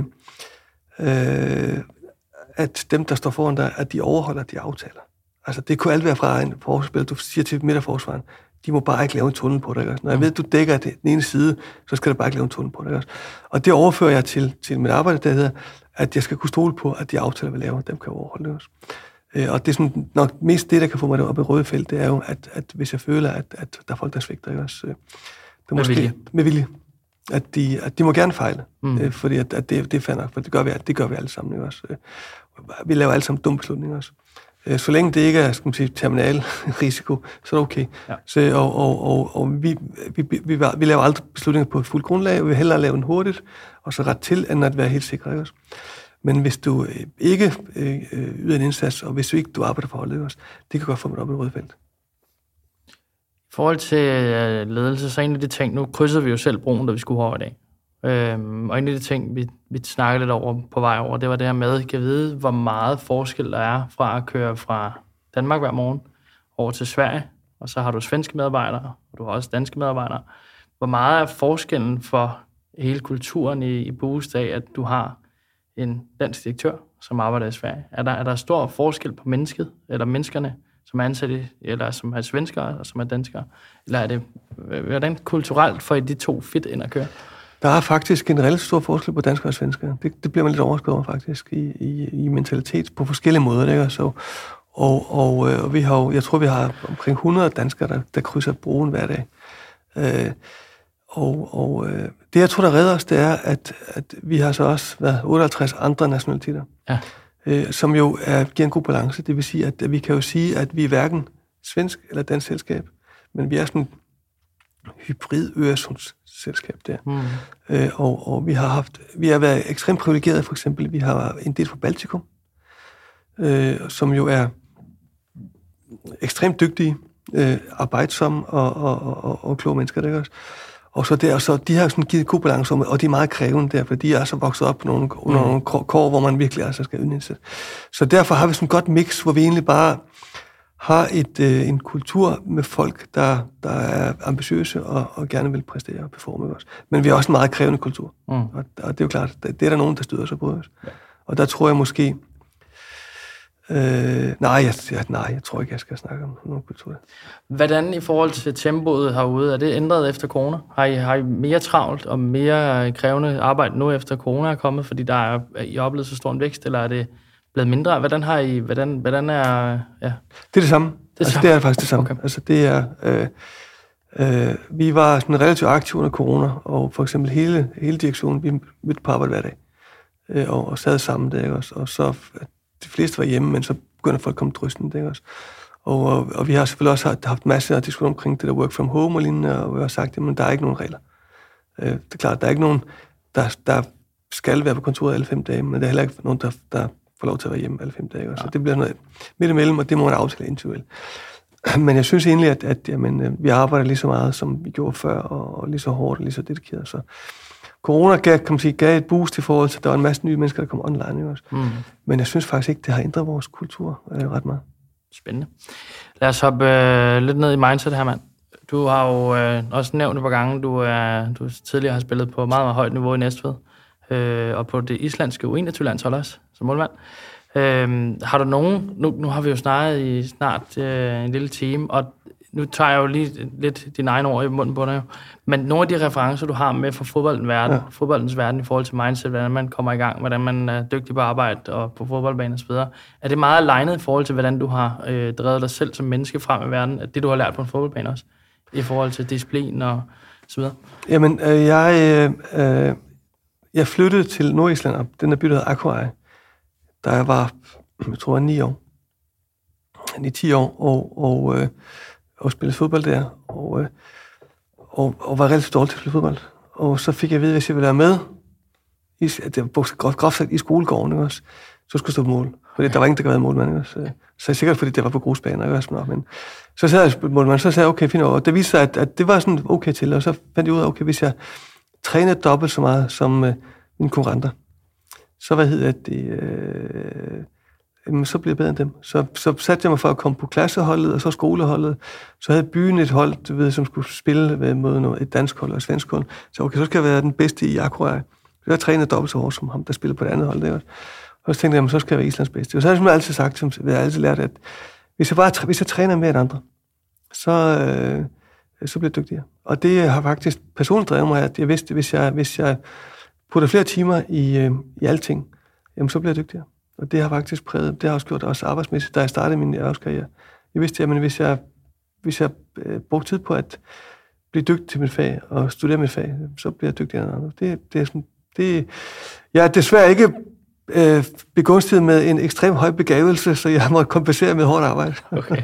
[SPEAKER 2] at dem, der står foran dig, at de overholder de aftaler. Altså, det kunne alt være fra en forsvarsspiller. Du siger til midterforsvaren, de må bare ikke lave en tunnel på dig. Ikke? Når jeg ved, at du dækker den ene side, så skal du bare ikke lave en tunnel på dig. Ikke? Og det overfører jeg til mit arbejde, der hedder, at jeg skal kunne stole på, at de aftaler, vi laver, dem kan overholde det også. Og det er sådan nok mest det, der kan få mig op i røde felt, det er jo, at hvis jeg føler, at der er folk, der svigter, ikke også? Med vilje. At de må gerne fejle, fordi at det er fair nok, for det gør vi alle sammen, ikke også? Vi laver alle sammen dumme beslutninger også. Så længe det ikke er, skal man sige, terminal risiko, så er det okay. Ja. Så, og vi laver aldrig beslutninger på et fuldt grundlag, og vi vil hellere lave den hurtigt, og så ret til, end at være helt sikre, ikke også? Men hvis du ikke yder en indsats, og hvis du ikke arbejder for holdet, også, det kan godt få mig op i røde felt.
[SPEAKER 1] I forhold til ledelse, så en af de ting, nu krydsede vi jo selv broen, da vi skulle over i dag. Og en af de ting, vi snakkede lidt over på vej over, det var det her med, at vide, hvor meget forskel der er fra at køre fra Danmark hver morgen over til Sverige, og så har du svenske medarbejdere, og du har også danske medarbejdere. Hvor meget er forskellen for hele kulturen i Boozt af, at du har en dansk direktør, som arbejder i Sverige? Er der stor forskel på mennesket, eller menneskerne, som er ansatte, eller som er svenskere, og som er danskere? Eller er det, hvordan kulturelt får I de to fit ind at køre?
[SPEAKER 2] Der er faktisk en relativt stor forskel på danskere og svenskere. Det bliver man lidt overrasket over, faktisk, i mentalitet på forskellige måder. Ikke? Så, og vi har jo, jeg tror, vi har omkring 100 danskere, der krydser broen hver dag. Det, jeg tror, der redder os, det er, at vi har så også været 58 andre nationaliteter, som jo giver en god balance. Det vil sige, at vi kan jo sige, at vi er hverken svensk eller dansk selskab, men vi er sådan hybrid Øresundsselskab der. Og vi har været ekstremt privilegerede, for eksempel. Vi har en del fra Baltikum, som jo er ekstremt dygtige, arbejdsomme og kloge mennesker, der også. Og så de har sådan givet god balance, og de er meget krævende der, for de er så vokset op på nogle kår, hvor man virkelig altså skal yde. Så derfor har vi sådan et godt mix, hvor vi egentlig bare har en kultur med folk, der er ambitiøse og gerne vil præstere og performe også. Men vi har også en meget krævende kultur. Og det er jo klart, det er der nogen, der støder sig på os. Ja. Og der tror jeg måske... jeg tror ikke, jeg skal snakke om nogen kultur.
[SPEAKER 1] Hvordan i forhold til tempoet herude, er det ændret efter corona? Har I mere travlt og mere krævende arbejde nu efter corona er kommet, fordi I har oplevet så stor en vækst, eller er det blevet mindre? Hvordan er... Ja.
[SPEAKER 2] Det er det samme. Det er faktisk det samme. Okay. Altså, det er... vi var sådan relativt aktive under corona, og for eksempel hele direktionen, vi mødte på arbejde hver dag, og sad sammen der, også, og så de fleste var hjemme, men så begynder folk at komme drysten, der også. Og vi har selvfølgelig også haft masser af diskussioner omkring det der work from home og lignende, og vi har sagt, at der er ikke nogen regler. Det er klart, der er ikke nogen, der skal være på kontoret alle 5 dage, men der er heller ikke nogen, der får lov til at være hjemme alle 5 dage. Ja. Så det bliver noget midt imellem, og det må man aftale individuelt. Men jeg synes egentlig, at vi arbejder lige så meget, som vi gjorde før, og lige så hårdt og lige så dedikeret. Så corona gav et boost i forhold til, at der var en masse nye mennesker, der kom online også. Men jeg synes faktisk ikke, det har ændret vores kultur ret meget.
[SPEAKER 1] Spændende. Lad os hoppe lidt ned i mindset her, mand. Du har jo også nævnt et par gange, du tidligere har spillet på meget, meget højt niveau i Næstved, og på det islandske U21-landshold også, som målmand. Har du nogen... Nu har vi jo snakket i snart en lille time, og nu tager jeg jo lige lidt dine egne ord i munden på dig. Men nogle af de referencer, du har med fra fodboldens verden i forhold til mindset, hvordan man kommer i gang, hvordan man er dygtig på arbejde og på fodboldbanen osv., er det meget alignet i forhold til, hvordan du har drevet dig selv som menneske frem i verden, at det, du har lært på en fodboldbane også, i forhold til disciplin og så videre?
[SPEAKER 2] Jamen, jeg flyttede til Nordisland, den er byttet Akureyri, da jeg var, jeg tror, 9 år. 10 år, og spillede fodbold der, og var relativt stolt til at spille fodbold. Og så fik jeg at vide, hvis jeg ville være med, groft sagt i skolegården, ikke også, så skulle jeg stå på mål. Fordi der var ingen, der kunne være målmand, ikke også. Så sikkert, fordi det var på grusbaner, ikke også. Men så sad jeg på målmand, så sagde jeg, okay, fint over. Og det viste sig, at det var sådan okay til, og så fandt jeg ud af, okay, hvis jeg trænede dobbelt så meget som mine konkurrenter, så så blev jeg bedre end dem. Så satte jeg mig for at komme på klasseholdet, og så skoleholdet. Så havde byen et hold, som skulle spille mod et dansk hold og et svensk hold. Så okay, så skal jeg være den bedste i Akureyri. Så jeg trænede dobbelt så hårdt som ham, der spiller på det andet hold der. Og så tænkte jeg, så skal jeg være Islands bedste. Og så har jeg altid sagt, jeg har altid lært, at hvis jeg træner mere end andre, så bliver jeg dygtigere. Og det har faktisk personligt drevet mig, at jeg vidste, hvis jeg putter flere timer i alting, jamen så bliver jeg dygtigere. Og det har faktisk præget, det har også gjort også arbejdsmæssigt, da jeg startede min erhvervskarriere. Jeg vidste, at hvis jeg brugte tid på at blive dygtig til mit fag og studere mit fag, så bliver jeg dygtigere end andre. Jeg er desværre ikke begunstiget med en ekstrem høj begavelse, så jeg må kompensere med hårdt arbejde.
[SPEAKER 1] Okay.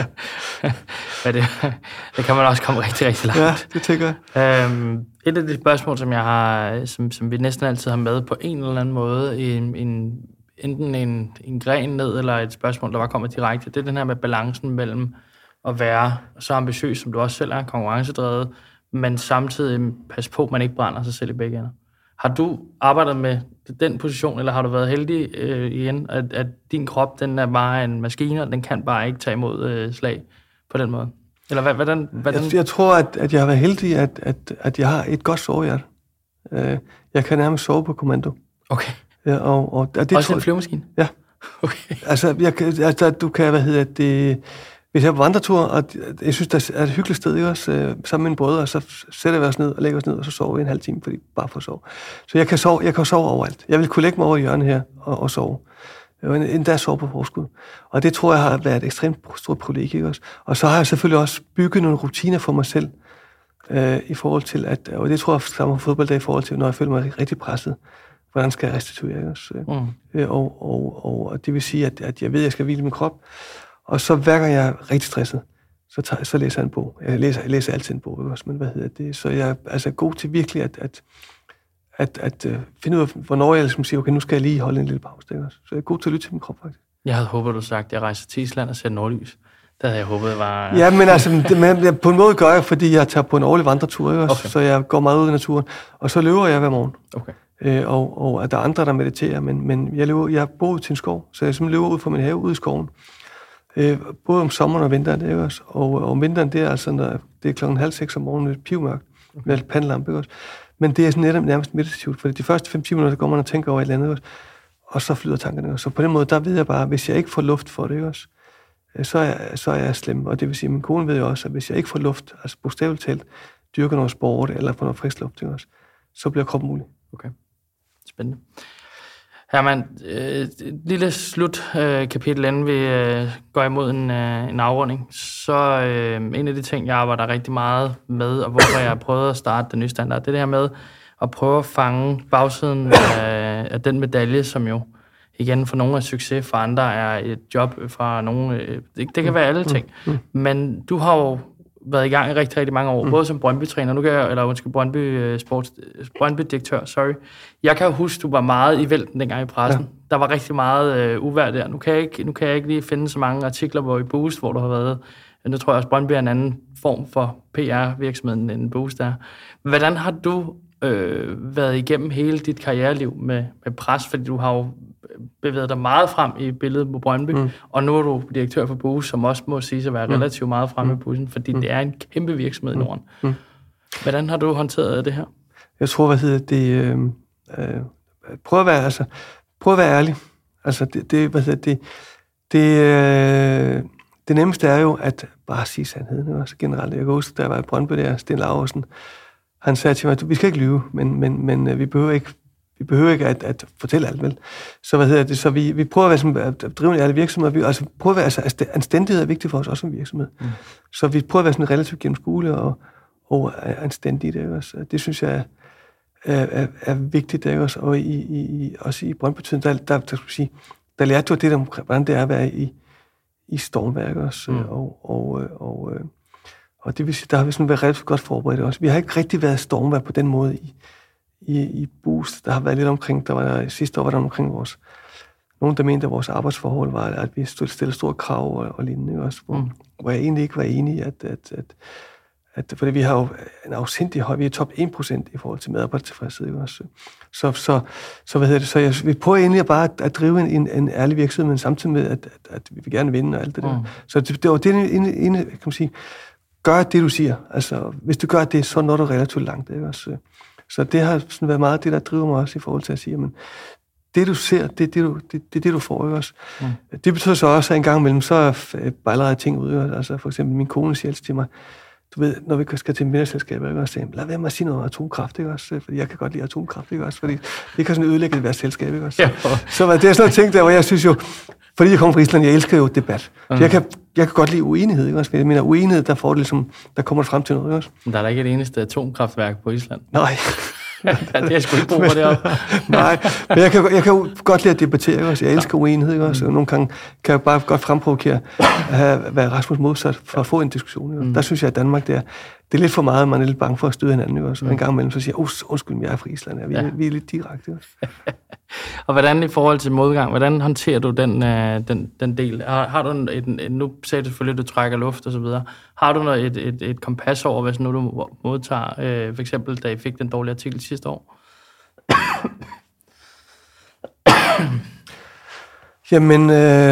[SPEAKER 1] Ja, det kan man også komme rigtig, rigtig langt.
[SPEAKER 2] Ja, det tænker jeg.
[SPEAKER 1] Et af de spørgsmål, som jeg har, som vi næsten altid har med på en eller anden måde, enten en gren ned, eller et spørgsmål, der bare kommer direkte, det er den her med balancen mellem at være så ambitiøs, som du også selv er, konkurrencedrevet, men samtidig passe på, at man ikke brænder sig selv i begge ender. Har du arbejdet med den position, eller har du været heldig igen, at din krop, den er bare en maskine, og den kan bare ikke tage imod slag på den måde? Eller hvordan?
[SPEAKER 2] Jeg tror, at jeg har været heldig, at jeg har et godt sovehjerte. Jeg kan nærmest sove på kommando.
[SPEAKER 1] Okay.
[SPEAKER 2] Ja, og det
[SPEAKER 1] også en flyvemaskine?
[SPEAKER 2] Ja.
[SPEAKER 1] Okay.
[SPEAKER 2] Altså, du kan, hvis jeg er på vandretur, og jeg synes, der er et hyggeligt sted, ikke også, sammen med mine brødre, og så sætter vi os ned og lægger os ned, og så sover vi en halv time, fordi bare for at sove. Så jeg kan sove overalt. Jeg vil kunne lægge mig over i hjørnet her og sove. Endda sove på forskud. Og det tror jeg har været et ekstremt stort privilegie, ikke også. Og så har jeg selvfølgelig også bygget nogle rutiner for mig selv, i forhold til at, og det tror jeg sammen med fodbold, der i forhold til, når jeg føler mig rigtig presset, hvordan skal jeg restituere, ikke også. Og det vil sige, at jeg ved, at jeg skal hvile min krop. Og så hver gang jeg er rigtig stresset, så læser jeg en bog. Jeg læser altid en bog, ikke også, men så jeg er altså god til virkelig at finde ud af, hvornår jeg ligesom siger, okay, nu skal jeg lige holde en lille pause, ikke også. Så jeg er god til at lytte til min krop, faktisk.
[SPEAKER 1] Jeg havde håbet, du sagt, at jeg rejser til Island og ser nordlys. Det havde jeg håbet, var...
[SPEAKER 2] Ja, men altså, på en måde gør jeg, fordi jeg tager på en årlig vandretur, ikke også, okay. Så jeg går meget ud i naturen, og så løber jeg hver morgen.
[SPEAKER 1] Okay.
[SPEAKER 2] Og at der er andre, der mediterer, men jeg bor ud til en skov, så jeg simpelthen løber ud fra min have, ud i skoven. Både om sommeren og vinteren, det er også. Og om vinteren, det er altså, når det er 5:30 om morgenen, det er pivmørkt, med pandelampe, ikke også. Men det er sådan nærmest meditativt, for de første 5-10 minutter, går man og tænker over et eller andet, ikke også? Og så flyder tankerne, ikke? Så på den måde, der ved jeg bare, hvis jeg ikke får luft for det, ikke også, så er jeg slem. Og det vil sige, at min kone ved jo også, at hvis jeg ikke får luft, altså bogstaveligt talt, dyrker noget sport, eller får noget frisk luft, ikke også, så bliver kroppen mulig.
[SPEAKER 1] Okay, spændende. Herman, et lille slutkapitel, inden vi går imod en afrunding. Så en af de ting, jeg arbejder rigtig meget med, og hvorfor jeg har prøvet at starte den nye standard, det er det her med at prøve at fange bagsiden af den medalje, som jo igen for nogle er succes, for andre er et job, for nogle... Det kan være alle ting. Men du har jo været i gang i rigtig, rigtig mange år, både som Brøndby-træner, Brøndby-direktør, sorry. Jeg kan jo huske, du var meget i vælten dengang i pressen. Ja. Der var rigtig meget uvejr der. Nu kan jeg ikke lige finde så mange artikler, hvor i Boost, hvor du har været. Nu tror jeg også, Brøndby er en anden form for PR-virksomheden end Boost er. Hvordan har du været igennem hele dit karriereliv med pres? Fordi du har jo bevæget dig meget frem i billedet på Brøndby, og nu er du direktør for Boost, som også må sige at være relativt meget fremme i bussen, fordi det er en kæmpe virksomhed i Norden. Hvordan har du håndteret det her?
[SPEAKER 2] Jeg tror, prøv at være ærlig. Altså, det nemmeste er jo at bare sige sandheden. Også generelt. Jeg kan huske, da jeg var i Brøndby der, Sten Laursen, han sagde til mig, vi skal ikke lyve, men vi behøver ikke at fortælle alt, vel? Så vi prøver at drive en ærlig virksomhed. Anstændighed er vigtigt for os også som virksomhed. Så vi prøver at være sådan relativt gennemskuelige og anstændige. Ikke også? Det synes jeg er vigtigt. Ikke også? Og også i Brøndby-tiden, der lærte du det om, hvordan det er at være i stormværk også. Og det vil sige, der har vi sådan været relativt godt forberedt også. Vi har ikke rigtig været stormværk på den måde i Boost. Der har været lidt omkring, sidste år var der omkring nogen, der mente, at vores arbejdsforhold var, at vi stillede store krav og lignende også, hvor jeg egentlig ikke var enig i, fordi vi har jo en afsindig høj, vi er top 1% i forhold til medarbejdertilfredshed også. Så vi prøver egentlig bare at drive en ærlig virksomhed, men samtidig med, at vi vil gerne vinde og alt det der. Så det var det, kan man sige, gør det, du siger. Altså, hvis du gør det, så når du relativt langt, ikke også? Så det har sådan været meget det, der driver mig også i forhold til at sige, men det, du ser, det er det, du får, ikke også? Det betyder så også, at en gang imellem, så bejler jeg ting ud, ikke? Altså, for eksempel, min kone siger til mig, du ved, når vi skal til middagsselskaber, ikke også, lad være med at sige noget om atomkraft, ikke også, fordi jeg kan godt lide atomkraft, ikke også, fordi det kan sådan ødelægge hvert selskab, ikke også. Så det er sådan noget ting der, hvor jeg synes jo, fordi jeg kommer fra Island, jeg elsker jo debat. Så jeg kan godt lide uenighed, ikke også, fordi jeg mener, uenighed, der får det ligesom, der kommer det frem til noget, ikke også.
[SPEAKER 1] Men der er da ikke et eneste atomkraftværk på Island.
[SPEAKER 2] Nej.
[SPEAKER 1] Det er sgu ikke brug for det op.
[SPEAKER 2] Nej, men jeg kan jo godt lide at debattere, ikke også. Jeg elsker uenighed, ikke også. Og nogle gange kan jeg bare godt fremprovokere at være Rasmus modsat for at få en diskussion, ikke også. Der synes jeg, at Danmark, det er lidt for meget, man er lidt bange for at støde hinanden, ikke også. Og en gang imellem så siger jeg, undskyld, jeg er fra Island, vi er lidt direkte, ikke også.
[SPEAKER 1] Og hvordan i forhold til modgang, hvordan håndterer du den del? Har du nu sagde du selvfølgelig, at du trækker luft og så videre. Har du et kompas over, hvis nu du modtager, for eksempel, da I fik den dårlige artikel sidste år?
[SPEAKER 2] Jamen,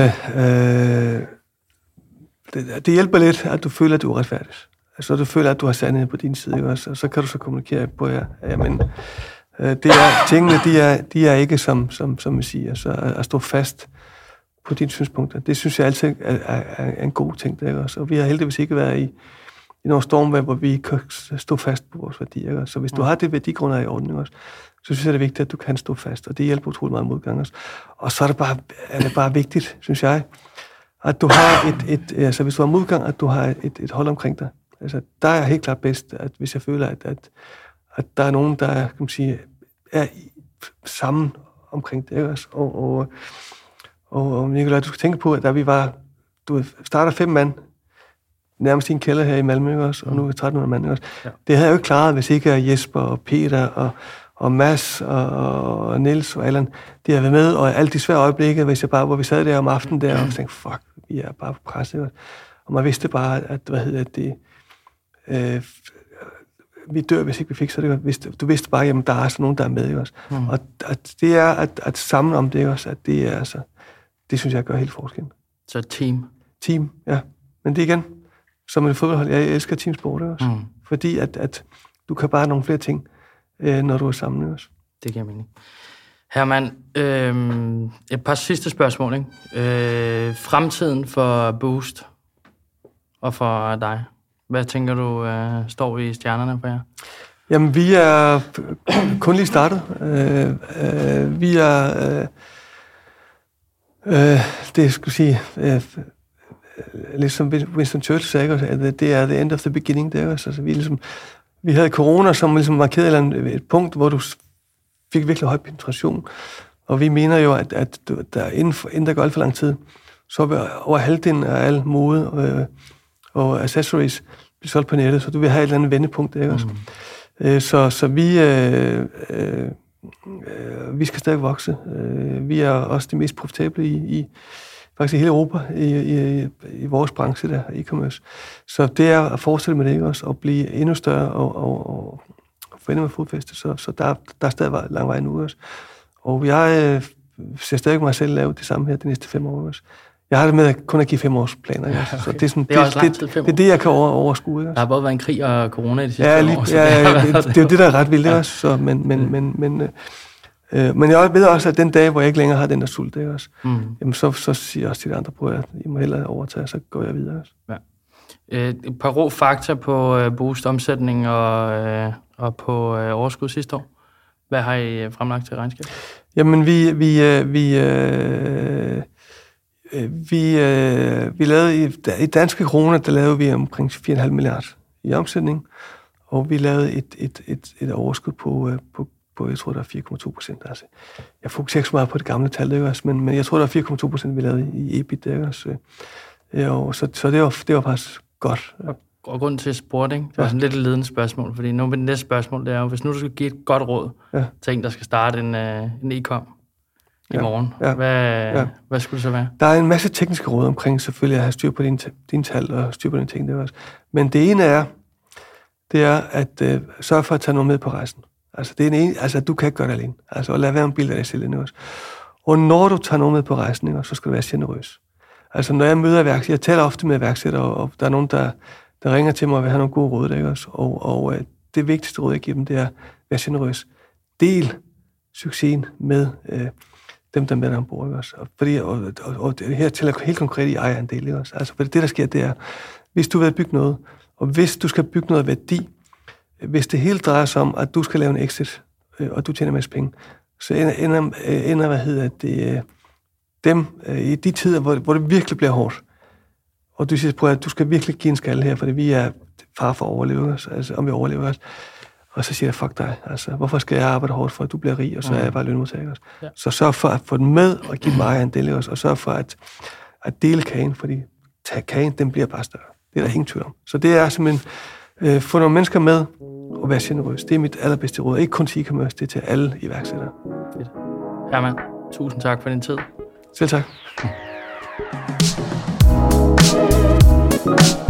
[SPEAKER 2] det hjælper lidt, at du føler, at du er retfærdigt. Altså, du føler, at du har sandhed på din side, ikke også? Og så kan du så kommunikere på jer. Jamen, tingene, de er ikke som vi siger, så at stå fast på dine synspunkter. Det synes jeg altid er en god ting, der, ikke også? Og vi har heldigvis ikke været i nogle stormvejr, hvor vi kan stå fast på vores værdier, ikke også? Så hvis du har det værdigrundlag i orden, ikke også, så synes jeg, det er vigtigt, at du kan stå fast, og det hjælper utrolig meget modgang også. Og så er det bare vigtigt, synes jeg, at du har altså hvis du har modgang, at du har et hold omkring dig. Altså, der er helt klart bedst, at hvis jeg føler, at der er nogen, der kan man sige, er sammen omkring det, ikke også? Og Nicolaj, du skal tænke på, at da vi var, du starter 5 mand, nærmest i en kælder her i Malmø, ikke også? Og nu er vi 1300 mand, ikke også? Ja. Det havde jeg jo ikke klaret, hvis ikke Jesper og Peter og Mads og Niels og Allan, de har været med, og alle de svære øjeblikke, hvor vi sad der om aftenen der, og tænkte, fuck, vi er bare på pres, ikke også? Og man vidste bare, at, vi dør, hvis ikke vi fikser det. Du vidste bare, at der er sådan nogen, der er med, ikke også? Og at det er at samle om det også, at det er altså, det synes jeg gør helt forskellen.
[SPEAKER 1] Så team?
[SPEAKER 2] Team, ja. Men det igen, som et fodboldhold, jeg elsker teamsport også. Fordi at du kan bare nogle flere ting, når du er sammen også.
[SPEAKER 1] Det giver mening. Herman, et par sidste spørgsmål, ikke? Fremtiden for Boozt og for dig. Hvad tænker du står i stjernerne for jer?
[SPEAKER 2] Jamen, vi er kun lige startet. Vi er, det skulle sige, ligesom Winston Churchill sagde, at det er the end of the beginning. Det er også, altså, vi havde corona, som ligesom markerede et punkt, hvor du fik virkelig høj penetration. Og vi mener jo, at der inden der går alt for lang tid, så vil over halvdelen af al mode og accessories blive solgt på nettet, så du vil have et eller andet vendepunkt, ikke også? Så vi skal stadig vokse. Vi er også de mest profitable i faktisk i hele Europa, i vores branche der, e-commerce. Så det er at fortsætte med det, ikke også? Og blive endnu større og få endnu med fodfæste. Så der er stadig lang vej nu også. Og jeg ser stadig mig selv lave det samme her de næste 5 år også. Jeg har det med kun at give 5 års planer. Ja, okay. Så det er sådan, det er det, jeg kan overskue. Ikke?
[SPEAKER 1] Der har både været en krig og corona i de sidste 5 år.
[SPEAKER 2] Det er jo det, der er ret vildt. Også. Så, men jeg ved også, at den dag, hvor jeg ikke længere har den der sult, ikke også? Jamen, så siger jeg også til de andre brødre, at I må hellere overtage, så går jeg videre også. Ja.
[SPEAKER 1] Et par rå fakta på Boozt omsætning og på overskud sidste år. Hvad har I fremlagt til regnskab?
[SPEAKER 2] Jamen, vi lavede i danske kroner, der lavede vi omkring 4,5 milliarder i omsætning, og vi lavede et overskud på jeg tror, der er 4,2%. Altså, jeg fokuserer ikke så meget på det gamle tal, ikke også, men jeg tror, der er 4,2%, vi lavede i EBIT, ikke også. Og så det var faktisk godt.
[SPEAKER 1] Og grunden til at spurgte, ikke? Det var sådan lidt et ledende spørgsmål, fordi nu med det næste spørgsmål, det er jo, hvis nu du skal give et godt råd til en, der skal starte en e-com i morgen, hvad skulle det så være? Der
[SPEAKER 2] er en masse tekniske råd omkring selvfølgelig at have styr på dine tal og styr på dine ting, det også. Men det ene er at sørge for at tage noget med på rejsen. Altså, altså du kan ikke gøre det alene. Altså, lad være med billeder af dig selv også. Og når du tager noget med på rejsen, ikke, så skal du være generøs. Altså, når jeg møder iværksætter, jeg taler ofte med iværksætter, og der er nogen, der ringer til mig og vil have nogle gode råd, ikke også? Og det vigtigste råd, jeg giver dem, det er at være generøs. Del succesen med dem, der er med dig ombord, ikke også? Og det her tæller helt konkret i ejerandel, ikke også? Altså, for det der sker, det er, hvis du vil bygge noget, Og hvis du skal bygge noget værdi, hvis det hele drejer sig om, at du skal lave en exit, og du tjener en masse penge, så ender dem i de tider, hvor det virkelig bliver hårdt, og du siger på, at du skal virkelig give en skalle her, fordi vi er far for at overleve os, altså om vi overlever os. Og så siger jeg, fuck dig, altså, hvorfor skal jeg arbejde hårdt for, at du bliver rig, og så er jeg bare lønmodtager også. Ja. Så sørg for at få den med, og give mig en del også, og sørg for at dele kagen, fordi kagen, den bliver bare større. Det er der ingen tvivl om. Så det er simpelthen, få nogle mennesker med, og være generøs. Det er mit allerbedste råd. Ikke kun til e-commerce, det er til alle iværksættere.
[SPEAKER 1] Fedt. Herman, tusind tak for din tid.
[SPEAKER 2] Selv tak.